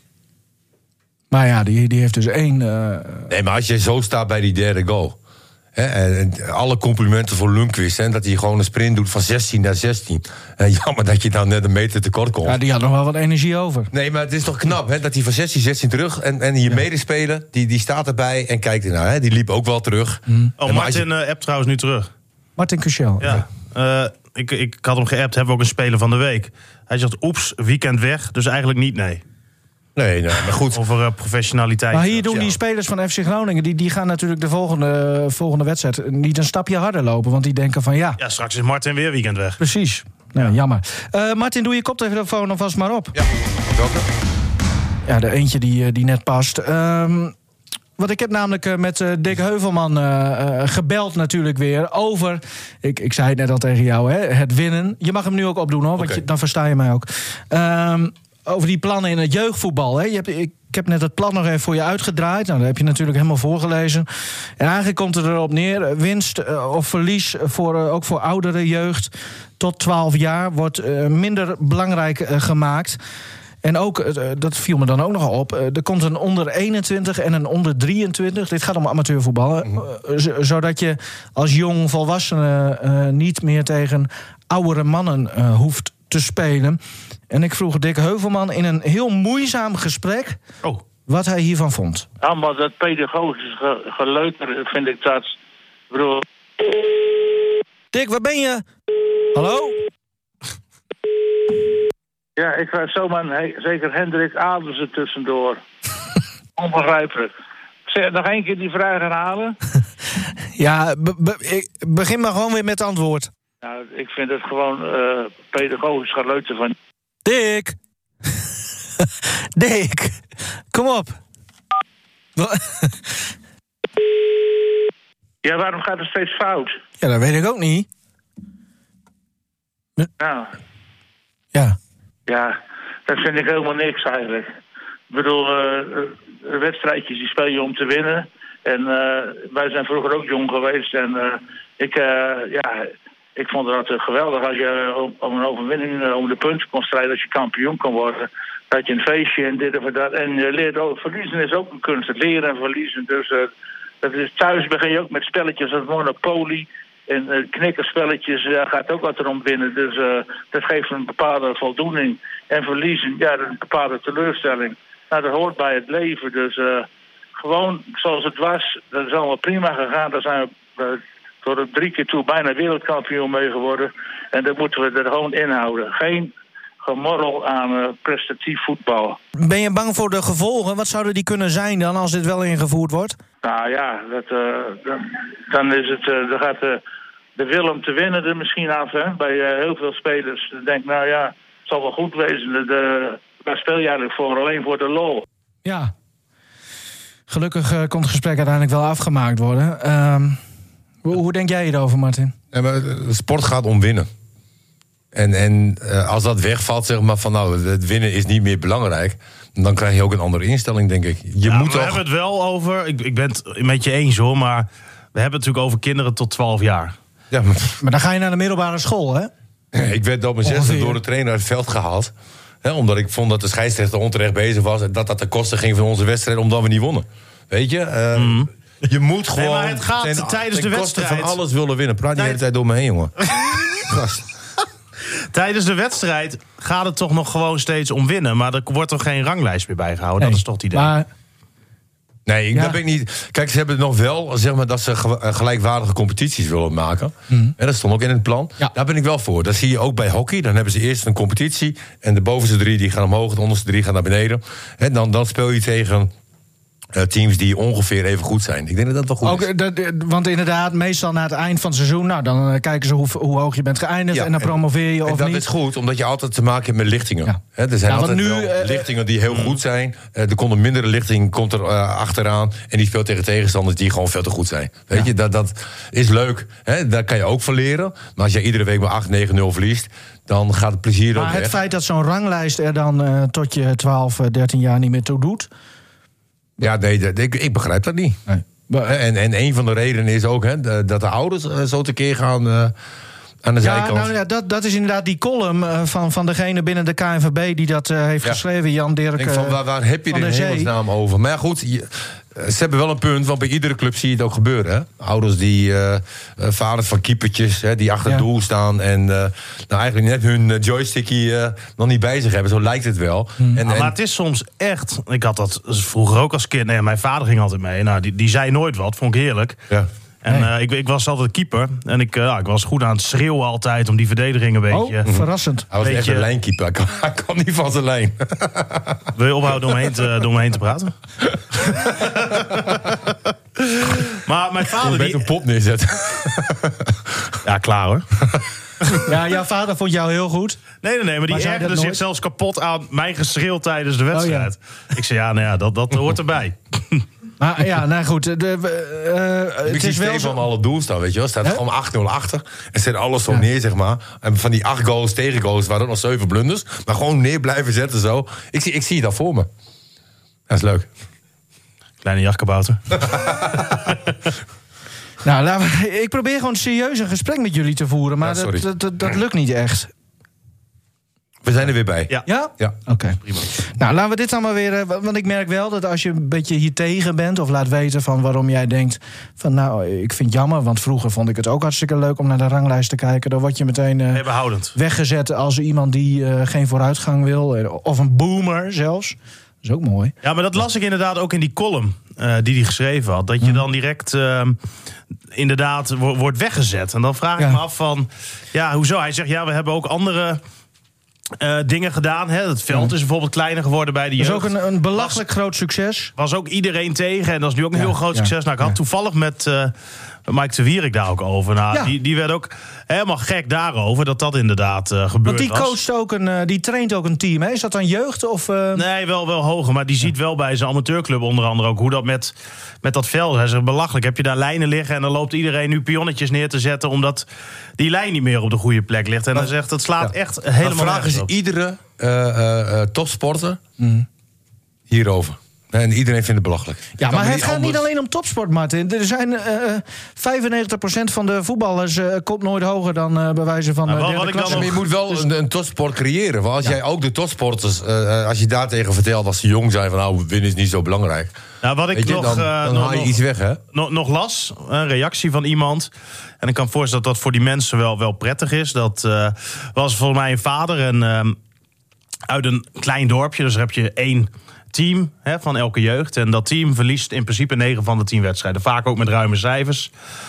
Maar ja, die, die heeft dus één... Uh... Nee, maar als je zo staat bij die derde goal... Hè, en alle complimenten voor Lundqvist... Hè, dat hij gewoon een sprint doet van zestien naar zestien. En jammer dat je dan net een meter tekort komt. Ja, die had nog wel wat energie over. Nee, maar het is toch knap hè, dat hij van zestien, zestien terug... en, en je ja. medespeler, die, die staat erbij en kijkt ernaar. Hè, die liep ook wel terug. Mm. Oh, Martin je... uh, appt trouwens nu terug. Martin Cuchel. Ja. ja. Uh, ik, ik had hem geappt, hebben we ook een speler van de week. Hij zegt, oeps, weekend weg, dus eigenlijk niet nee. Nee, nee, maar goed. Over uh, professionaliteit. Maar hier doen die spelers van F C Groningen... die, die gaan natuurlijk de volgende, volgende wedstrijd niet een stapje harder lopen. Want die denken van ja... Ja, straks is Martin weer weekend weg. Precies. Nou, ja. Jammer. Uh, Martin, doe je koptelefoon alvast maar op. Ja, welke? Ja, de eentje die, die net past. Um, Want ik heb namelijk uh, met uh, Dick Heuvelman uh, uh, gebeld natuurlijk weer over... Ik, ik zei het net al tegen jou, hè, het winnen. Je mag hem nu ook opdoen, hoor, want okay. je, dan versta je mij ook. Um, over die plannen in het jeugdvoetbal. Hè. Je hebt, ik ik heb net het plan nog even voor je uitgedraaid. Nou, dat heb je natuurlijk helemaal voorgelezen. En eigenlijk komt het erop neer. Winst uh, of verlies, voor, uh, ook voor oudere jeugd tot twaalf jaar... wordt uh, minder belangrijk uh, gemaakt. En ook, uh, dat viel me dan ook nog op... Uh, er komt een onder eenentwintig en een onder drieëntwintig. Dit gaat om amateurvoetballen. Mm-hmm. Uh, z- zodat je als jong volwassene uh, niet meer tegen oudere mannen uh, hoeft te spelen. En ik vroeg Dick Heuvelman in een heel moeizaam gesprek... Oh. wat hij hiervan vond. Allemaal dat pedagogische ge- geleuter vind ik dat... Ik bedoel... Dick, waar ben je? Hallo? Ja, ik krijg zomaar he- zeker Hendrik Adelsen tussendoor. Onbegrijpelijk. Zeg, nog één keer die vraag herhalen? Ja, be- be- ik begin maar gewoon weer met het antwoord. Nou, ik vind het gewoon uh, pedagogisch geleuter van... Dick! Dick! Kom op! Ja, waarom gaat het steeds fout? Ja, dat weet ik ook niet. Nou, Ja. ja, dat vind ik helemaal niks eigenlijk. Ik bedoel, uh, wedstrijdjes die speel je om te winnen. En uh, wij zijn vroeger ook jong geweest. En uh, ik, uh, ja, ik vond het altijd geweldig als je om, om een overwinning, uh, om de punten kon strijden, dat je kampioen kon worden. Dat je een feestje en dit of dat. En je leert ook, verliezen is ook een kunst. Het leren en verliezen. Dus uh, dat is, thuis begin je ook met spelletjes als Monopoly. En uh, knikkerspelletjes, daar gaat ook wat erom binnen. Dus uh, dat geeft een bepaalde voldoening. En verliezen, ja, een bepaalde teleurstelling. Nou, dat hoort bij het leven. Dus uh, gewoon zoals het was, dat is allemaal prima gegaan. Daar zijn we uh, tot het drie keer toe bijna wereldkampioen mee geworden. En dat moeten we er gewoon inhouden. Geen gemorrel aan uh, prestatief voetbal. Ben je bang voor de gevolgen? Wat zouden die kunnen zijn dan als dit wel ingevoerd wordt? Nou ja, dat, uh, dan, dan is het, uh, dan gaat uh, de wil om te winnen er misschien af. Hè? Bij uh, heel veel spelers. Dan denk ik, nou ja, het zal wel goed wezen. De, de, waar speel je eigenlijk voor? Alleen voor de lol. Ja. Gelukkig uh, komt het gesprek uiteindelijk wel afgemaakt worden. Uh, hoe, hoe denk jij erover, Martin? Ja, maar de sport gaat om winnen. En, en uh, als dat wegvalt, zeg maar, van nou, het winnen is niet meer belangrijk, dan krijg je ook een andere instelling, denk ik. Je ja, moet we toch... hebben het wel over, ik, ik ben het met je eens hoor, maar we hebben het natuurlijk over kinderen tot twaalf jaar. Ja, maar... Maar dan ga je naar de middelbare school, hè? Ik werd op mijn zesde door de trainer uit het veld gehaald. Hè, omdat ik vond dat de scheidsrechter onterecht bezig was en dat dat ten koste ging van onze wedstrijd, omdat we niet wonnen. Weet je? Uh, mm. Je moet gewoon... Nee, maar het gaat ten, tijdens ten de koste wedstrijd van alles willen winnen. Praat niet de hele tijd door me heen, jongen. Gast. Tijdens de wedstrijd gaat het toch nog gewoon steeds om winnen. Maar er wordt toch geen ranglijst meer bijgehouden? Nee, dat is toch het idee? Maar... Nee, ik, ja. dat ben ik niet. Kijk, ze hebben het nog wel, zeg maar, dat ze gelijkwaardige competities willen maken. Mm. En dat stond ook in het plan. Ja. Daar ben ik wel voor. Dat zie je ook bij hockey. Dan hebben ze eerst een competitie. En de bovenste drie die gaan omhoog, de onderste drie gaan naar beneden. En dan, dan speel je tegen uh, teams die ongeveer even goed zijn. Ik denk dat dat wel goed ook, is. Dat, want inderdaad, meestal na het eind van het seizoen, nou, dan uh, kijken ze hoe, hoe hoog je bent geëindigd ja, en dan en, promoveer je of en dat niet. is goed, omdat je altijd te maken hebt met lichtingen. Ja. He, er zijn ja, altijd nu, wel uh, lichtingen die heel uh, goed zijn. Uh, er komt een mindere lichting komt er uh, achteraan en die speelt tegen tegenstanders die gewoon veel te goed zijn. Weet ja. je, dat, dat is leuk. He, daar kan je ook van leren. Maar als je iedere week maar acht negen nul verliest, dan gaat het plezier ook Maar het weg. feit dat zo'n ranglijst er dan uh, tot je twaalf, dertien jaar niet meer toe doet. Ja, nee, dat, ik, ik begrijp dat niet. Nee. En, en een van de redenen is ook hè, dat de ouders uh, zo tekeer gaan uh, aan de ja, zijkant. Nou, ja, dat, dat is inderdaad die column uh, van, van degene binnen de K N V B die dat uh, heeft ja. geschreven, Jan Dirk. Denk van, waar, waar heb je er in hemelsnaam over? Maar ja, goed, je, ze hebben wel een punt, want bij iedere club zie je het ook gebeuren. Hè? Ouders die, uh, vaders van keepertjes, hè, die achter ja. het doel staan en uh, nou eigenlijk net hun uh, joystickje uh, nog niet bij zich hebben. Zo lijkt het wel. Hmm. En, nou, en, maar het is soms echt, ik had dat vroeger ook als kind, nee, mijn vader ging altijd mee. Nou, die, die zei nooit wat, vond ik heerlijk. Ja. En nee. uh, ik, ik was altijd keeper. En ik, uh, ik was goed aan het schreeuwen altijd om die verdediging een beetje... Oh, verrassend. Hij was beetje, echt een lijnkeeper. Hij kwam, hij kwam niet van zijn lijn. Wil je ophouden om me heen te, door me heen te praten? Maar mijn vader... Je bent die... een pot neerzetten. Ja, klaar hoor. Ja, jouw vader vond jou heel goed. Nee, nee, nee, maar die maar ergerde zich zelfs kapot aan mijn geschreeuw tijdens de wedstrijd. Oh, ja. Ik zei, ja, nou ja, dat, dat hoort erbij. Maar ja, nou goed. De, uh, het is wel van alle doel staan, weet je wel. Staat huh? gewoon acht nul achter. En zet alles zo ja. neer, zeg maar. En van die acht goals, tegen goals, waren ook nog zeven blunders. Maar gewoon neer blijven zetten zo. Ik zie, ik zie dat voor me. Dat is leuk. Kleine jachtkabouter. Nou, laten we, ik probeer gewoon serieus een gesprek met jullie te voeren, maar Ja, dat, dat, dat, dat lukt niet echt. We zijn er weer bij. Ja. Ja? Ja. Oké. Okay. Nou, laten we dit dan maar weer... Uh, want ik merk wel dat als je een beetje hier tegen bent... of laat weten van waarom jij denkt... van nou, ik vind het jammer... want vroeger vond ik het ook hartstikke leuk om naar de ranglijst te kijken... dan word je meteen uh, Nee, behoudend. weggezet als iemand die uh, geen vooruitgang wil. Uh, of een boomer zelfs. Dat is ook mooi. Ja, maar dat las ik inderdaad ook in die column uh, die hij geschreven had. Dat je dan direct uh, inderdaad wo- wordt weggezet. En dan vraag ik Ja. me af van... ja, hoezo? Hij zegt, ja, we hebben ook andere... Uh, dingen gedaan. Hè. Het veld Ja. is bijvoorbeeld kleiner geworden bij de Dat is jeugd. ook een, een belachelijk groot succes. Was ook iedereen tegen. En dat is nu ook een Ja, heel groot ja, succes. Nou, ik had ja. toevallig met uh, Mike de Wierik daar ook over. Nou, Ja. die, die werd ook helemaal gek daarover dat dat inderdaad uh, gebeurd Want die was. coacht ook een, uh, die traint ook een team. Hè? Is dat dan jeugd? Of, uh... Nee, wel, wel hoger. Maar die ziet wel bij zijn amateurclub onder andere ook hoe dat met, met dat veld. Hij zegt, belachelijk. Heb je daar lijnen liggen en dan loopt iedereen nu pionnetjes neer te zetten... omdat die lijn niet meer op de goede plek ligt. En hij zegt, dat slaat Ja. echt helemaal De vraag nergens is op. iedere uh, uh, uh, topsporter mm. hierover. En iedereen vindt het belachelijk. Ja, Kan maar me het gaat anders- niet alleen om topsport, Martin. Er zijn uh, vijfennegentig procent van de voetballers uh, komt nooit hoger dan uh, bij wijze van Nou, uh, wat- derde wat ik dan klasse. Maar je moet wel een, een topsport creëren. Want als jij ook de topsporters, uh, als je daartegen vertelt als ze jong zijn van nou, winnen is niet zo belangrijk. Nou, wat ik Weet je, nog, dan, uh, dan nog, haal je nog- iets weg, hè? nog, nog las, een reactie van iemand. En ik kan me voorstellen dat dat voor die mensen wel, wel prettig is. Dat uh, was volgens mij een vader en, uh, uit een klein dorpje. Dus daar heb je één team hè, van elke jeugd. En dat team verliest in principe negen van de tien wedstrijden. Vaak ook met ruime cijfers.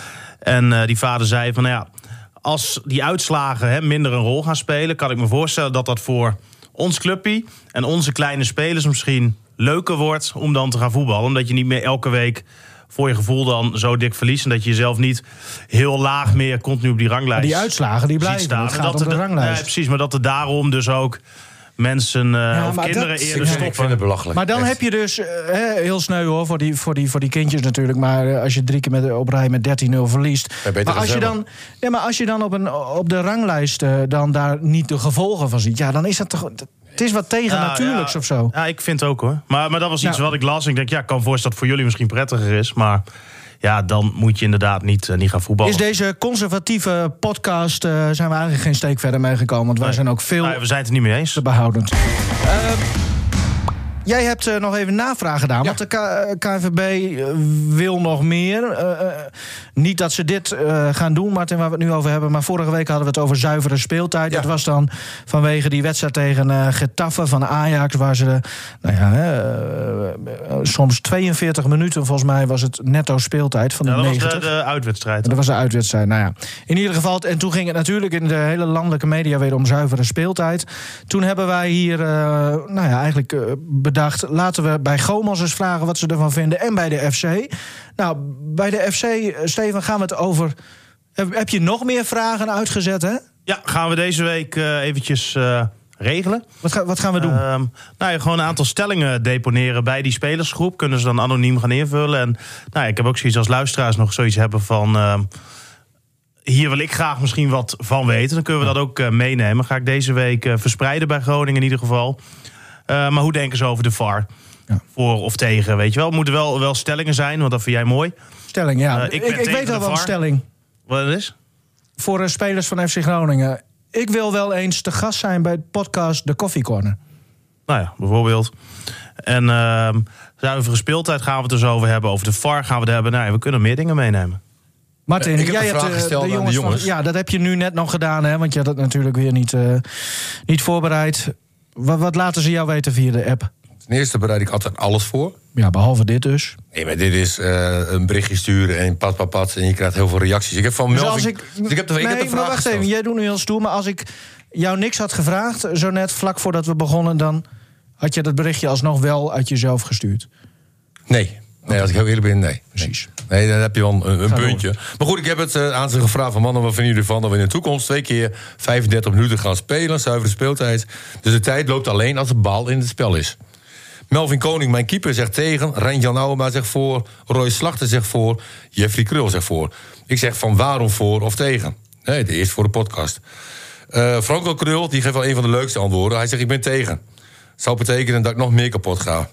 En uh, die vader zei van, nou ja, als die uitslagen hè, minder een rol gaan spelen... kan ik me voorstellen dat dat voor ons clubje en onze kleine spelers misschien leuker wordt om dan te gaan voetballen. Omdat je niet meer elke week voor je gevoel dan zo dik verliest. En dat je jezelf niet heel laag meer continu op die ranglijst Maar die uitslagen die ziet blijven. staan. Het En gaat dat om de er- ranglijst. Ja, precies, maar dat er daarom dus ook mensen uh, maar of kinderen dat- eerder Ik stoppen. vind het belachelijk. Maar dan Echt. heb je dus, uh, hè, heel sneu hoor, voor die, voor, die, voor die kindjes natuurlijk... maar uh, als je drie keer met, op rij met dertien nul verliest... Ja, beter maar, als je gezellig. dan, ja, maar als je dan op, een, op de ranglijst uh, dan daar niet de gevolgen van ziet... ja, dan is dat toch... Het is wat tegen Ja, natuurlijks ja. of zo. Ja, ik vind het ook hoor. Maar, maar dat was iets Nou. wat ik las. Ik denk, ja, ik kan me voorstellen dat het voor jullie misschien prettiger is. Maar ja, dan moet je inderdaad niet, uh, niet gaan voetballen. Is deze conservatieve podcast, uh, zijn we eigenlijk geen steek verder meegekomen... want wij Nee. zijn ook veel Nee, we zijn het er niet mee eens. te behoudend. Uh, Jij hebt uh, nog even navraag gedaan, Ja. want de K- KNVB uh, wil nog meer. Uh, uh, niet dat ze dit uh, gaan doen, Martin, waar we het nu over hebben... maar vorige week hadden we het over zuivere speeltijd. Ja. Dat was dan vanwege die wedstrijd tegen uh, Getafe van Ajax... waar ze, nou ja, uh, uh, soms tweeënveertig minuten, volgens mij was het netto speeltijd van de Ja, dat was negentig. de, de uitwedstrijd. Dat was de uitwedstrijd, nou ja. In ieder geval, en toen ging het natuurlijk in de hele landelijke media... weer om zuivere speeltijd. Toen hebben wij hier, uh, nou ja, eigenlijk uh, bedacht... laten we bij Gomos eens vragen wat ze ervan vinden... en bij de F C. Nou, bij de F C, uh, Steven, gaan we het over... Heb, heb je nog meer vragen uitgezet, hè? Ja, gaan we deze week uh, eventjes uh, regelen. Wat, ga, wat gaan we doen? Uh, nou ja, gewoon een aantal stellingen deponeren bij die spelersgroep. Kunnen ze dan anoniem gaan invullen. En nou ja, ik heb ook zoiets als luisteraars nog zoiets hebben van... Uh, hier wil ik graag misschien wat van weten. Dan kunnen we dat ook uh, meenemen. Ga ik deze week uh, verspreiden bij Groningen in ieder geval. Uh, maar hoe denken ze over de V A R? Ja. Voor of tegen, weet je wel. Het moeten wel, wel stellingen zijn, want dat vind jij mooi. Stelling, ja. Uh, ik ik ben ik, ik tegen weet de al wel V A een R. stelling. Wat het is? Voor uh, spelers van F C Groningen. Ik wil wel eens te gast zijn bij het podcast De Coffee Corner. Nou ja, bijvoorbeeld. En uh, zuivere speeltijd gaan we het dus over hebben. Over de V A R gaan we het hebben. Nou ja, we kunnen meer dingen meenemen. Martin, Ik heb jij een hebt vraag uh, gesteld de aan de jongens, jongens. Van, ja, dat heb je nu net nog gedaan, hè? Want je had het natuurlijk weer niet, uh, niet voorbereid. Wat, wat laten ze jou weten via de app? Ten eerste bereid ik altijd alles voor. Ja, behalve dit dus. Nee, maar dit is uh, een berichtje sturen en pat, pat, pat. En je krijgt heel veel reacties. Ik heb van Dus Melvin... als ik, dus ik heb, de- ik nee, heb de vraag maar wacht gesteld. even. Jij doet nu heel stoer, maar als ik jou niks had gevraagd... zo net vlak voordat we begonnen... dan had je dat berichtje alsnog wel uit jezelf gestuurd. Nee. Nee, als ik heel eerlijk ben, nee. Precies. Nee, dan heb je wel een, een Ga puntje. Maar goed, ik heb het uh, aan ze gevraagd van... mannen, wat vinden jullie ervan dat we in de toekomst... twee keer vijfendertig minuten gaan spelen, zuivere speeltijd. Dus de tijd loopt alleen als de bal in het spel is. Melvin Koning, mijn keeper, zegt tegen. Rijn-Jan Ouwema zegt voor. Roy Slachter zegt voor. Jeffrey Krul zegt voor. Ik zeg van waarom voor of tegen? Nee, de eerste voor de podcast. Uh, Franco Krul, die geeft wel een van de leukste antwoorden. Hij zegt ik ben tegen. zou betekenen dat ik nog meer kapot ga.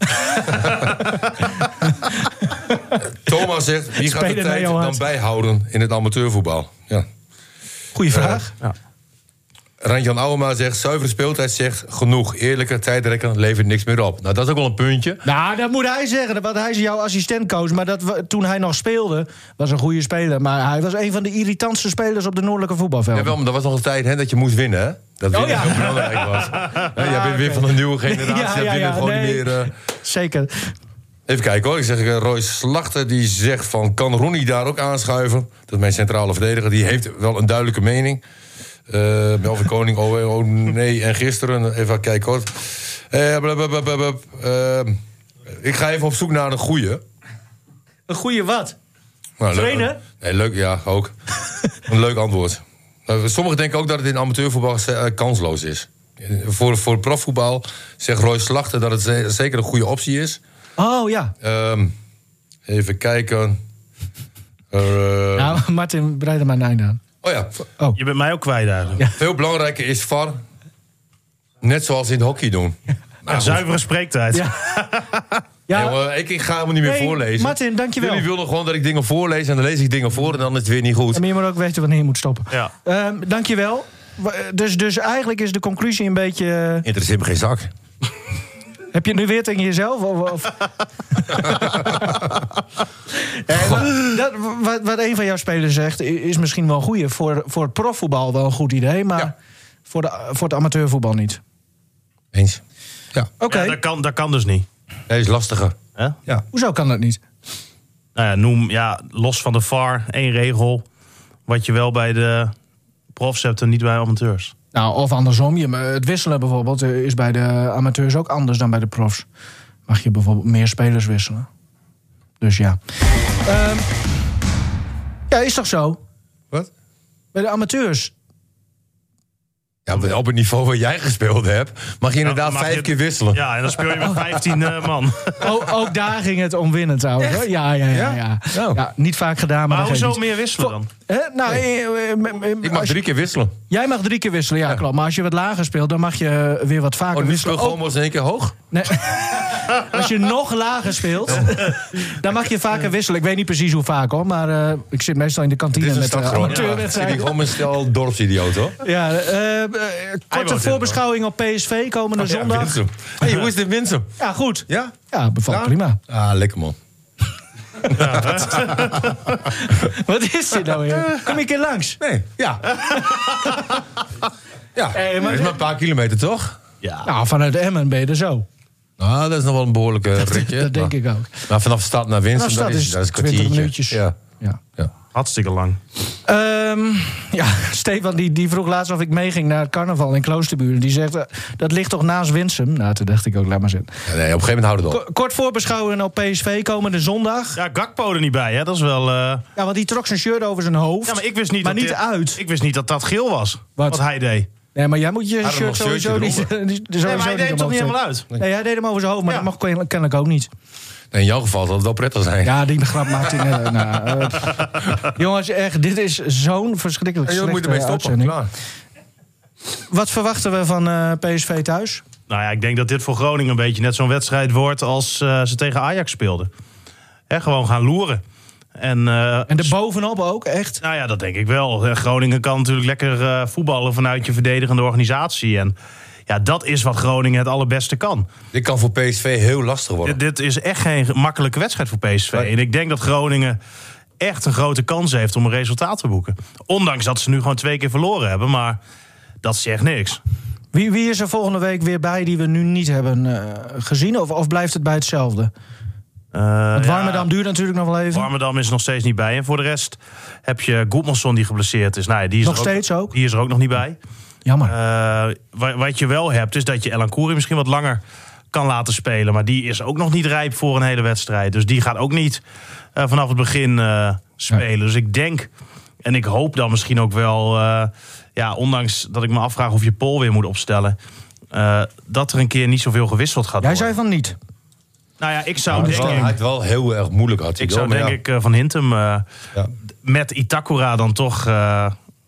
Thomas zegt, wie gaat de tijd dan bijhouden in het amateurvoetbal? Ja. Goeie vraag. Uh, ja. Randjan Ouwema zegt, zuivere speeltijd zegt genoeg. Eerlijke tijdrekken levert niks meer op. Nou, dat is ook wel een puntje. Nou, dat moet hij zeggen, want hij is jouw assistentcoach. Maar dat we, toen hij nog speelde, was een goede speler. Maar hij was een van de irritantste spelers op de noordelijke voetbalvelden. Ja, wel, maar dat was nog een tijd hè, dat je moest winnen, hè? Dat winnen oh, ja. heel belangrijk was. Ja, jij bent weer van een nieuwe generatie. Ja, ja, ja, gewoon nee. niet meer, uh... Zeker. Even kijken hoor. Ik zeg, uh, Roy Slachter die zegt van, kan Ronnie daar ook aanschuiven? Dat is mijn centrale verdediger. Die heeft wel een duidelijke mening. Uh, Melvin Koning, oh, oh nee, en gisteren, even kijken hoor. Uh, blablabla, uh, ik ga even op zoek naar een goeie. Een goeie wat? Nou, Trainen? Leuk, nee, leuk, ja, ook. Een leuk antwoord. Uh, sommigen denken ook dat het in amateurvoetbal uh, kansloos is. Uh, voor, voor profvoetbal zegt Roy Slachter dat het ze- zeker een goede optie is. Oh ja. Uh, even kijken. Uh, nou, Martin, breid er maar een aan. Oh ja. Oh. Je bent mij ook kwijt eigenlijk. Ja. Veel belangrijker is V A R. Net zoals in het hockey doen. Ja, nou, zuivere spreektijd. Ja. ja. Nee, jongen, ik, ik ga hem niet meer nee, voorlezen. Martin, dankjewel. Jullie willen gewoon dat ik dingen voorlees en dan lees ik dingen voor en dan is het weer niet goed. En je moet ook weten wanneer je moet stoppen. Ja. Um, dankjewel. Dus, dus eigenlijk is de conclusie een beetje... Interesseert me geen zak. Heb je het nu weer tegen jezelf? Of, of... nee, maar dat, wat, wat een van jouw spelers zegt, is misschien wel een goeie. Voor, voor het profvoetbal wel een goed idee, maar ja. voor, de, voor het amateurvoetbal niet. Eens. Ja. Oké. Okay. Ja, dat, kan, dat kan dus niet. Dat is lastiger. Huh? Ja. Hoezo kan dat niet? Nou ja, noem, ja, los van de V A R, één regel. Wat je wel bij de profs hebt en niet bij amateurs. Nou, of andersom. Je, het wisselen bijvoorbeeld is bij de amateurs ook anders dan bij de profs. Mag je bijvoorbeeld meer spelers wisselen. Dus ja. Um, ja, is toch zo? Wat? Bij de amateurs. Ja, op het niveau waar jij gespeeld hebt, mag je inderdaad ja, mag vijf je, keer wisselen. Ja, en dan speel je met vijftien uh, man. Ook, ook daar ging het om winnen trouwens. Hoor. Ja, ja, ja. ja. ja. Oh. ja niet vaak gedaan, maar, maar hoezo meer wisselen dan? Hè? Nou, nee. eh, ik mag drie je, keer wisselen. Jij mag drie keer wisselen, ja, ja, klopt. Maar als je wat lager speelt, dan mag je weer wat vaker oh, wisselen. Oh, nu gewoon in één keer hoog? Nee. Als je nog lager speelt, dan mag je vaker wisselen. Ik weet niet precies hoe vaak, hoor. Maar uh, ik zit meestal in de kantine met uh, amateurwedstrijden. Ja, gewoon een stel dorpsidioot, hoor. Ja, uh, uh, korte voorbeschouwing op P S V komende oh, ja, zondag. Winsum. Hey, hoe is dit Winsum? Ja, goed. Ja? Ja, bevalt ja? prima. Ah, lekker man. Ja, wat is dit nou weer? Kom je een keer langs? Nee, ja. Ja, hey, maar... is maar een paar kilometer, toch? Ja. Nou, vanuit Emmen ben je er zo. Nou, dat is nog wel een behoorlijke ritje. Dat denk maar, ik ook. Maar vanaf stad naar Winsum, dat is, dat is een kwartiertje. minuutjes. Ja. Ja. Ja. Hartstikke lang. Um, ja, Stefan die, die vroeg laatst of ik meeging naar het carnaval in Kloosterburen. Die zegt, uh, dat ligt toch naast Winsum? Nou, toen dacht ik ook, laat maar zitten. Ja, nee, op een gegeven moment houden we het op. Kort voorbeschouwen op P S V komende zondag. Ja, Gakpo er niet bij, hè? Dat is wel... Uh... Ja, want die trok zijn shirt over zijn hoofd. Ja, maar ik wist niet, maar dat niet dit, uit. Ik wist niet dat dat geel was, wat, wat hij deed. Nee, maar jij moet je hij shirt sowieso niet... sowieso nee, maar hij deed hem toch niet helemaal uit? Nee. nee, hij deed hem over zijn hoofd, maar ja. dat mag kennelijk ook niet. Nee, in jouw geval zal het wel prettig zijn. Ja, die grap maakt hij net. Nou, uh, jongens, echt, dit is zo'n verschrikkelijk slechte moet ermee stoppen. Klaar. Wat verwachten we van uh, P S V thuis? Nou ja, ik denk dat dit voor Groningen een beetje net zo'n wedstrijd wordt als uh, ze tegen Ajax speelden. He, gewoon gaan loeren. En, uh, en er bovenop ook, echt? Nou ja, dat denk ik wel. Groningen kan natuurlijk lekker uh, voetballen vanuit je verdedigende organisatie. En ja, dat is wat Groningen het allerbeste kan. Dit kan voor P S V heel lastig worden. Dit, dit is echt geen makkelijke wedstrijd voor P S V. En ik denk dat Groningen echt een grote kans heeft om een resultaat te boeken. Ondanks dat ze nu gewoon twee keer verloren hebben. Maar dat zegt niks. Wie, wie is er volgende week weer bij die we nu niet hebben uh, gezien? Of, of blijft het bij hetzelfde? Uh, het Warmerdam ja, duurt natuurlijk nog wel even. Warmerdam is er nog steeds niet bij. En voor de rest heb je Goedmanson die geblesseerd is. Nou ja, die is nog er steeds ook, ook? Die is er ook nog niet bij. Jammer. Uh, wat je wel hebt, is dat je El Ancoury misschien wat langer kan laten spelen. Maar die is ook nog niet rijp voor een hele wedstrijd. Dus die gaat ook niet uh, vanaf het begin uh, spelen. Ja. Dus ik denk, en ik hoop dan misschien ook wel... Uh, ja, ondanks dat ik me afvraag of je Pol weer moet opstellen... Uh, dat er een keer niet zoveel gewisseld gaat Jij worden. Jij zei van niet. Nou ja, ik zou nou, denk hij het wel heel erg moeilijk had. Ik zou denk ja. ik uh, van Hintem uh, ja. met Itakura dan toch... Uh,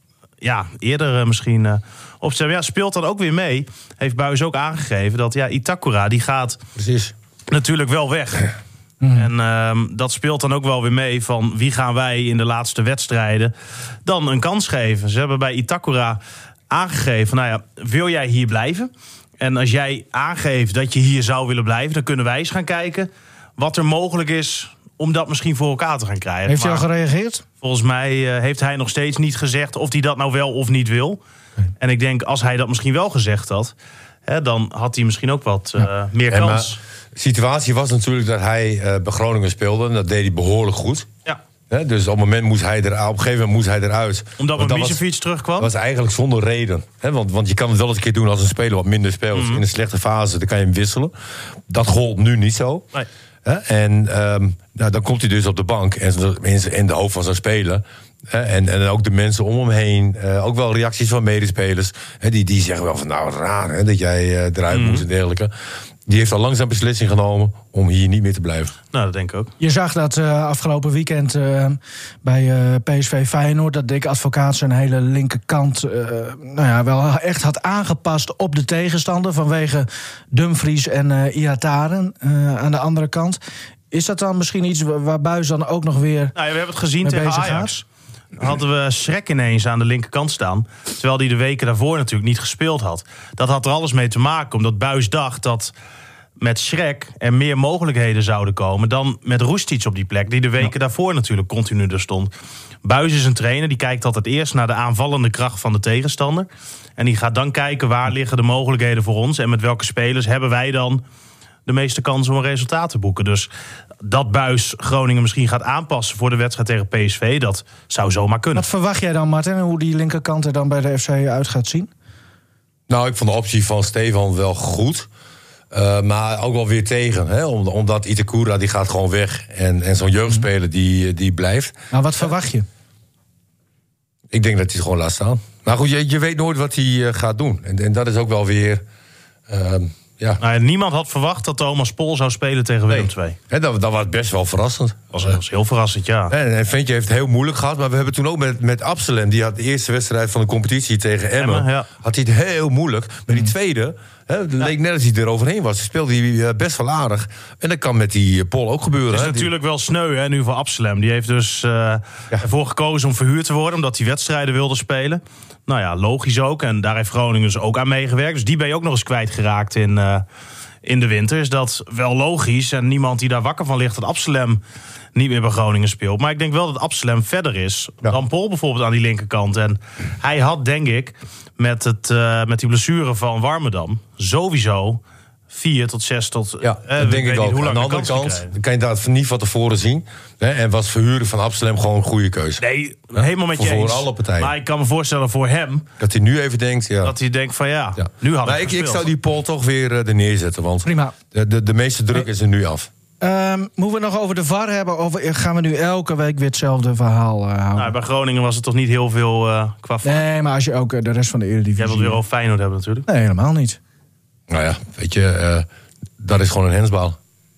ja, eerder uh, misschien uh, opstellen. Ja, speelt dan ook weer mee. Heeft Buijs ook aangegeven dat ja, Itakura die gaat Precies. natuurlijk wel weg. Mm. En uh, dat speelt dan ook wel weer mee van wie gaan wij in de laatste wedstrijden dan een kans geven. Ze hebben bij Itakura aangegeven, nou ja, wil jij hier blijven? En als jij aangeeft dat je hier zou willen blijven, dan kunnen wij eens gaan kijken wat er mogelijk is om dat misschien voor elkaar te gaan krijgen. Heeft hij maar al gereageerd? Volgens mij uh, heeft hij nog steeds niet gezegd of hij dat nou wel of niet wil. Nee. En ik denk, als hij dat misschien wel gezegd had, hè, dan had hij misschien ook wat uh, ja. meer kans. Ja, de situatie was natuurlijk dat hij uh, bij Groningen speelde. En dat deed hij behoorlijk goed. Ja. He, dus op het moment moest hij er, op een gegeven moment moest hij eruit. Omdat Misevic terugkwam? Dat was eigenlijk zonder reden. He, want, want je kan het wel eens een keer doen als een speler wat minder speelt. Mm-hmm. In een slechte fase, dan kan je hem wisselen. Dat gold nu niet zo. Nee. He, en um, nou, dan komt hij dus op de bank. En in de hoofd van zijn speler. He, en, en ook de mensen om hem heen. Uh, ook wel reacties van medespelers. He, die, die zeggen wel van nou raar he, dat jij uh, eruit mm-hmm. moest en dergelijke. Die heeft al langzaam beslissing genomen om hier niet meer te blijven. Nou, dat denk ik ook. Je zag dat uh, afgelopen weekend uh, bij uh, P S V Feyenoord, dat Dick Advocaat zijn hele linkerkant uh, nou ja, wel echt had aangepast op de tegenstander vanwege Dumfries en uh, Ihataren uh, aan de andere kant. Is dat dan misschien iets waar Buijs dan ook nog weer... Nou ja, we hebben het gezien tegen Ajax. Hadden we Schrek ineens aan de linkerkant staan. Terwijl hij de weken daarvoor natuurlijk niet gespeeld had. Dat had er alles mee te maken, omdat Buijs dacht dat met Schrek er meer mogelijkheden zouden komen dan met Roestic op die plek, die de weken ja. daarvoor natuurlijk continu er stond. Buijs is een trainer, die kijkt altijd eerst naar de aanvallende kracht van de tegenstander. En die gaat dan kijken waar liggen de mogelijkheden voor ons en met welke spelers hebben wij dan de meeste kans om een resultaat te boeken. Dus dat Buijs Groningen misschien gaat aanpassen voor de wedstrijd tegen P S V, dat zou zomaar kunnen. Wat verwacht jij dan, Martin, hoe die linkerkant er dan bij de F C uit gaat zien? Nou, ik vond de optie van Stefan wel goed. Uh, maar ook wel weer tegen. Hè? Omdat Itakura die gaat gewoon weg. En, en zo'n jeugdspeler die, die blijft. Nou, wat verwacht je? Ik denk dat hij het gewoon laat staan. Maar goed, je, je weet nooit wat hij uh, gaat doen. En, en dat is ook wel weer... Uh, Ja. Nou, niemand had verwacht dat Thomas Pol zou spelen tegen Willem twee. Nee. He, dat, dat was best wel verrassend. Dat was, was heel verrassend, ja. En, en Ventje heeft het heel moeilijk gehad. Maar we hebben toen ook met, met Absalem... die had de eerste wedstrijd van de competitie tegen Emmen... Emmen ja. had hij het heel moeilijk. Maar die tweede, he, het leek net als hij er overheen was. Hij speelde hij best wel aardig. En dat kan met die Pol ook gebeuren. Het is he. natuurlijk die... wel sneu hè, nu voor Absalem. Die heeft dus uh, ja. ervoor gekozen om verhuurd te worden... omdat hij wedstrijden wilde spelen. Nou ja, logisch ook. En daar heeft Groningen dus ook aan meegewerkt. Dus die ben je ook nog eens kwijtgeraakt in... Uh, in de winter is dat wel logisch. En niemand die daar wakker van ligt dat Absalem niet meer bij Groningen speelt. Maar ik denk wel dat Absalem verder is ja. dan Pol bijvoorbeeld aan die linkerkant. En hij had, denk ik, met, het, uh, met die blessure van Warmerdam... sowieso vier tot zes tot... Ja, uh, dat denk ik ook. Aan de andere kant kan je dat niet van tevoren zien. Hè, en was verhuren van Absalem gewoon een goede keuze. Nee, ja? helemaal met je voor, eens. Voor alle partijen. Maar ik kan me voorstellen voor hem... dat hij nu even denkt... Ja. Dat hij denkt van ja, ja. nu had maar ik ik, ik zou die Pol toch weer uh, er neerzetten. Want prima. De, de, de meeste druk is er nu af. Um, moeten we nog over de V A R hebben? Of gaan we nu elke week weer hetzelfde verhaal uh, houden? Nou, bij Groningen was het toch niet heel veel uh, qua V A R? Nee, maar als je ook uh, de rest van de Eredivisie... Jij wilt weer over Feyenoord hebben natuurlijk. Nee, helemaal niet. Nou ja, weet je... Uh, dat is gewoon een hensbal.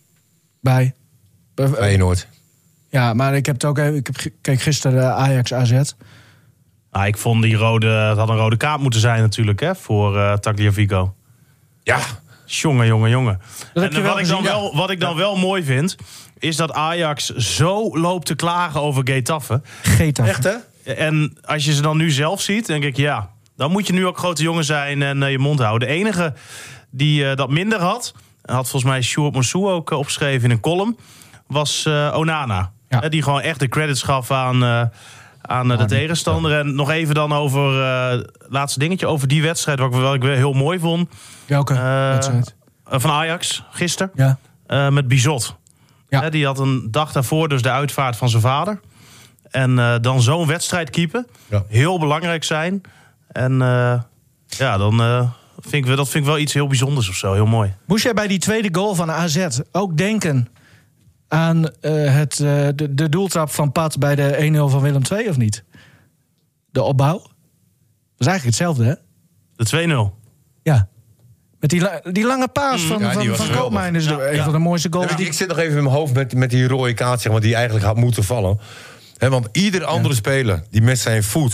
Bij? Bij Feyenoord. Ja, maar ik heb het ook even... Ik heb, keek gisteren Ajax A Z. Ah, ik vond die rode... Het had een rode kaart moeten zijn natuurlijk, hè, voor uh, Tagliafico. Ja. Jongen, jongen, jongen. Dat en wat, ik dan wel, wat ik dan wel mooi vind... is dat Ajax zo loopt te klagen over Getafe. Getafe. Echt, hè? En als je ze dan nu zelf ziet, denk ik... ja, dan moet je nu ook grote jongen zijn en uh, je mond houden. De enige die uh, dat minder had... had volgens mij Sjoerd Monsou ook uh, opgeschreven in een column... was uh, Onana. Ja. Uh, die gewoon echt de credits gaf aan... Uh, aan uh, de tegenstander. Ja. En nog even dan over uh, laatste dingetje over die wedstrijd, wat ik, wat ik wel heel mooi vond. Welke uh, wedstrijd? Van Ajax, gisteren. Ja. Uh, met Bizot. Ja. Uh, die had een dag daarvoor dus de uitvaart van zijn vader. En uh, dan zo'n wedstrijd keepen. Ja. Heel belangrijk zijn. En uh, ja, dan uh, vind ik, dat vind ik wel iets heel bijzonders of zo. Heel mooi. Moest jij bij die tweede goal van A Z ook denken aan uh, het, uh, de, de doeltrap van Pat bij de een nul van Willem twee, of niet? De opbouw? Dat is eigenlijk hetzelfde, hè? De twee nul? Ja. Met die, la- die lange paas van, ja, van, van Koopmijn is de, ja, een ja. van de mooiste goals. Ja, die... Ik zit nog even in mijn hoofd met, met die rode kaart, zeg maar, die eigenlijk had moeten vallen. He, want ieder andere ja. speler die met zijn voet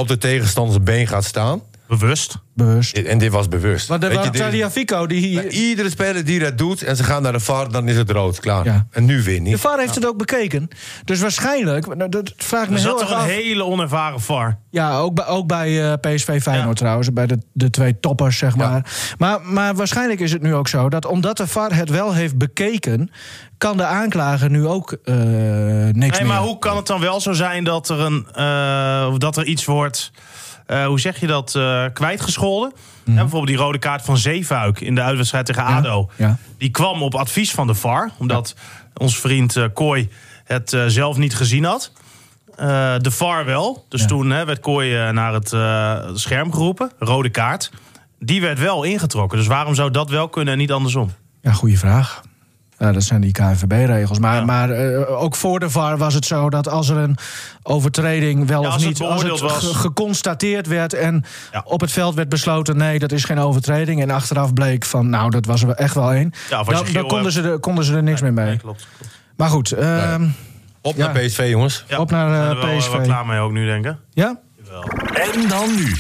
op de tegenstanders been gaat staan. Bewust. Bewust. En dit was bewust. Want Weet je, dit- Tagliafico, die... Nou, iedere speler die dat doet en ze gaan naar de V A R, dan is het rood, klaar. Ja. En nu weer De niet. V A R heeft het ook bekeken. Dus waarschijnlijk, nou, dat vraag ik me Er heel zat erg toch een af. hele onervaren V A R. Ja, ook bij, ook bij eh, P S V Feyenoord Ja. trouwens. Bij de, de twee toppers, zeg Ja. maar. maar. Maar waarschijnlijk is het nu ook zo dat omdat de V A R het wel heeft bekeken, kan de aanklager nu ook eh, niks Nee, meer. maar hoe kan het dan wel zo zijn dat er, een, uh, dat er iets wordt... Uh, hoe zeg je dat? Uh, kwijtgescholden? Mm. Ja, bijvoorbeeld die rode kaart van Zeefuik in de uitwedstrijd tegen ADO. Ja. Die kwam op advies van de V A R. Omdat onze vriend uh, Kooi het uh, zelf niet gezien had. Uh, de V A R wel. Dus Ja. toen hè, werd Kooi uh, naar het uh, scherm geroepen. Rode kaart. Die werd wel ingetrokken. Dus waarom zou dat wel kunnen en niet andersom? Ja, goede vraag. Ja, dat zijn die K N V B-regels. Maar, Ja. maar uh, ook voor de V A R was het zo dat als er een overtreding wel Ja, of als het niet... als het beoordeeld was. ge- geconstateerd werd en Ja. op het veld werd besloten... nee, dat is geen overtreding. En achteraf bleek van, nou, dat was er echt wel één. Ja, of als je dan geel dan konden, hebt. ze er, konden ze er niks meer mee. Nee, klopt. klopt. Maar goed, uh, Op Ja. naar P S V, jongens. Ja, Op naar, uh, we zijn er wel, P S V. wel klaar mee ook nu, denken. ja? Jawel. En dan nu.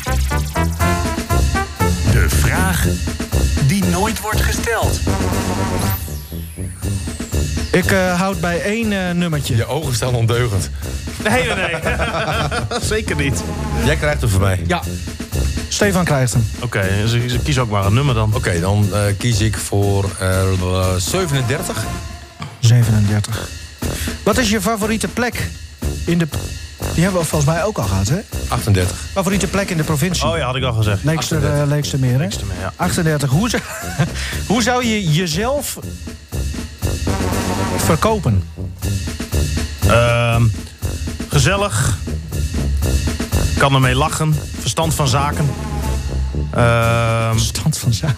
De vraag die nooit wordt gesteld. Ik uh, houd bij één uh, nummertje. Je ogen staan ondeugend. Nee, nee, nee. Zeker niet. Jij krijgt hem voor mij. Ja, Stefan krijgt hem. Oké, okay, dus kies ook maar een nummer dan. Oké, okay, dan uh, kies ik voor uh, zevenendertig. zevenendertig. Wat is je favoriete plek in de... Die hebben we volgens mij ook al gehad, hè? achtendertig. Favoriete plek in de provincie? Oh ja, had ik al gezegd. Leekster, uh, Leekstermeer, hè? Leekstermeer, ja. achtendertig. Hoe zou, hoe zou je jezelf verkopen? Uh, gezellig. Kan ermee lachen. Verstand van zaken. Uh, Stand van zaken.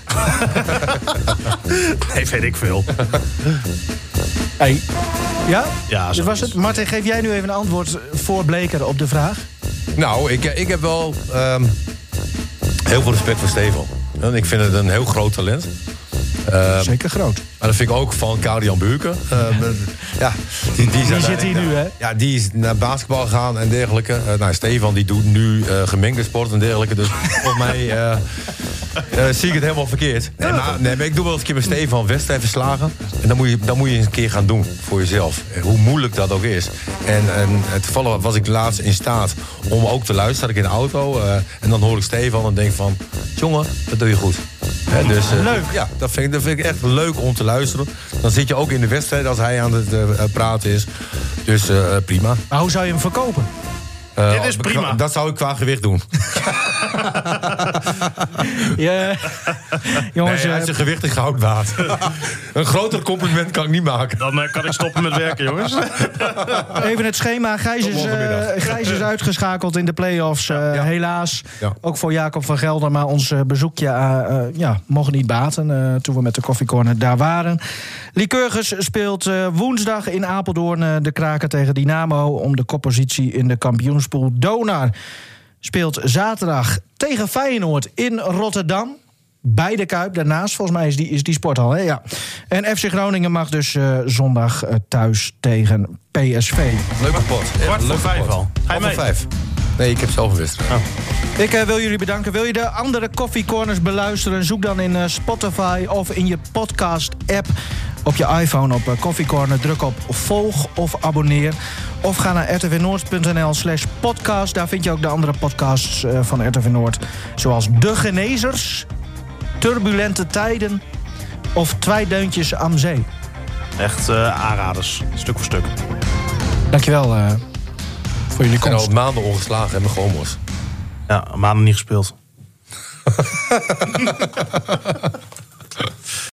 nee, weet ik veel. Hey. Ja? Ja, Dat zo was is. het. Martin, geef jij nu even een antwoord voor Bleker op de vraag? Nou, ik, ik heb wel um, heel veel respect voor Stefan. En ik vind het een heel groot talent. Uh, Zeker groot. Maar dat vind ik ook van Karian Buurken. Uh, ja, die, die, Die zit hier nu, hè? Ja, die is naar basketbal gegaan en dergelijke. Uh, nou, Stefan die doet nu uh, gemengde sport en dergelijke. Dus volgens mij uh, uh, zie ik het helemaal verkeerd. Nee, maar, nee, maar ik doe wel eens een keer met Stefan wedstrijd verslagen. En dan moet, je, dan moet je eens een keer gaan doen voor jezelf. Hoe moeilijk dat ook is. En, en toevallig was ik laatst in staat om ook te luisteren. Ik in de auto. Uh, en dan hoor ik Stefan en denk van... Jongen, dat doe je goed. He, dus, uh, leuk. Ja, dat vind, ik, dat vind ik echt leuk om te luisteren. Dan zit je ook in de wedstrijd als hij aan het uh, praten is. Dus uh, prima. Maar hoe zou je hem verkopen? Uh, Dit is prima. Qua, dat zou ik qua gewicht doen. Ja. Jongens, Nee, hij is uh, zijn gewicht in goud waard. Een groter compliment kan ik niet maken. Dan uh, kan ik stoppen met werken, jongens. even het schema. Gijs is, uh, morgenmiddag. Gijs is uitgeschakeld in de play-offs. Uh, Ja. Helaas. Ja. Ook voor Jacob van Gelder. Maar ons uh, bezoekje uh, uh, ja, mocht niet baten. Uh, toen we met de Coffee Corner daar waren. Lycurgus speelt uh, woensdag in Apeldoorn uh, de kraker tegen Dynamo. Om de koppositie in de kampioenspool. Donar speelt zaterdag tegen Feyenoord in Rotterdam. Bij de Kuip, daarnaast volgens mij is die, is die sporthal. Hè? Ja. En F C Groningen mag dus uh, zondag uh, thuis tegen P S V. Leuke pot. Kwart voor vijf al. Ga je Kwart voor mee? vijf. Nee, ik heb zelf een wedstrijd. Oh. Ik uh, wil jullie bedanken. Wil je de andere Coffee Corners beluisteren? Zoek dan in uh, Spotify of in je podcast-app op je iPhone op uh, Coffee Corner. Druk op volg of abonneer. Of ga naar r t v noord punt n l slash podcast. Daar vind je ook de andere podcasts uh, van R T V Noord. Zoals De Genezers, Turbulente Tijden of Twee Deuntjes am Zee. Echt uh, aanraders. Stuk voor stuk. Dankjewel uh, voor jullie Ik ben komst. al maanden ongeslagen en mijn goalmos. Ja, maanden niet gespeeld.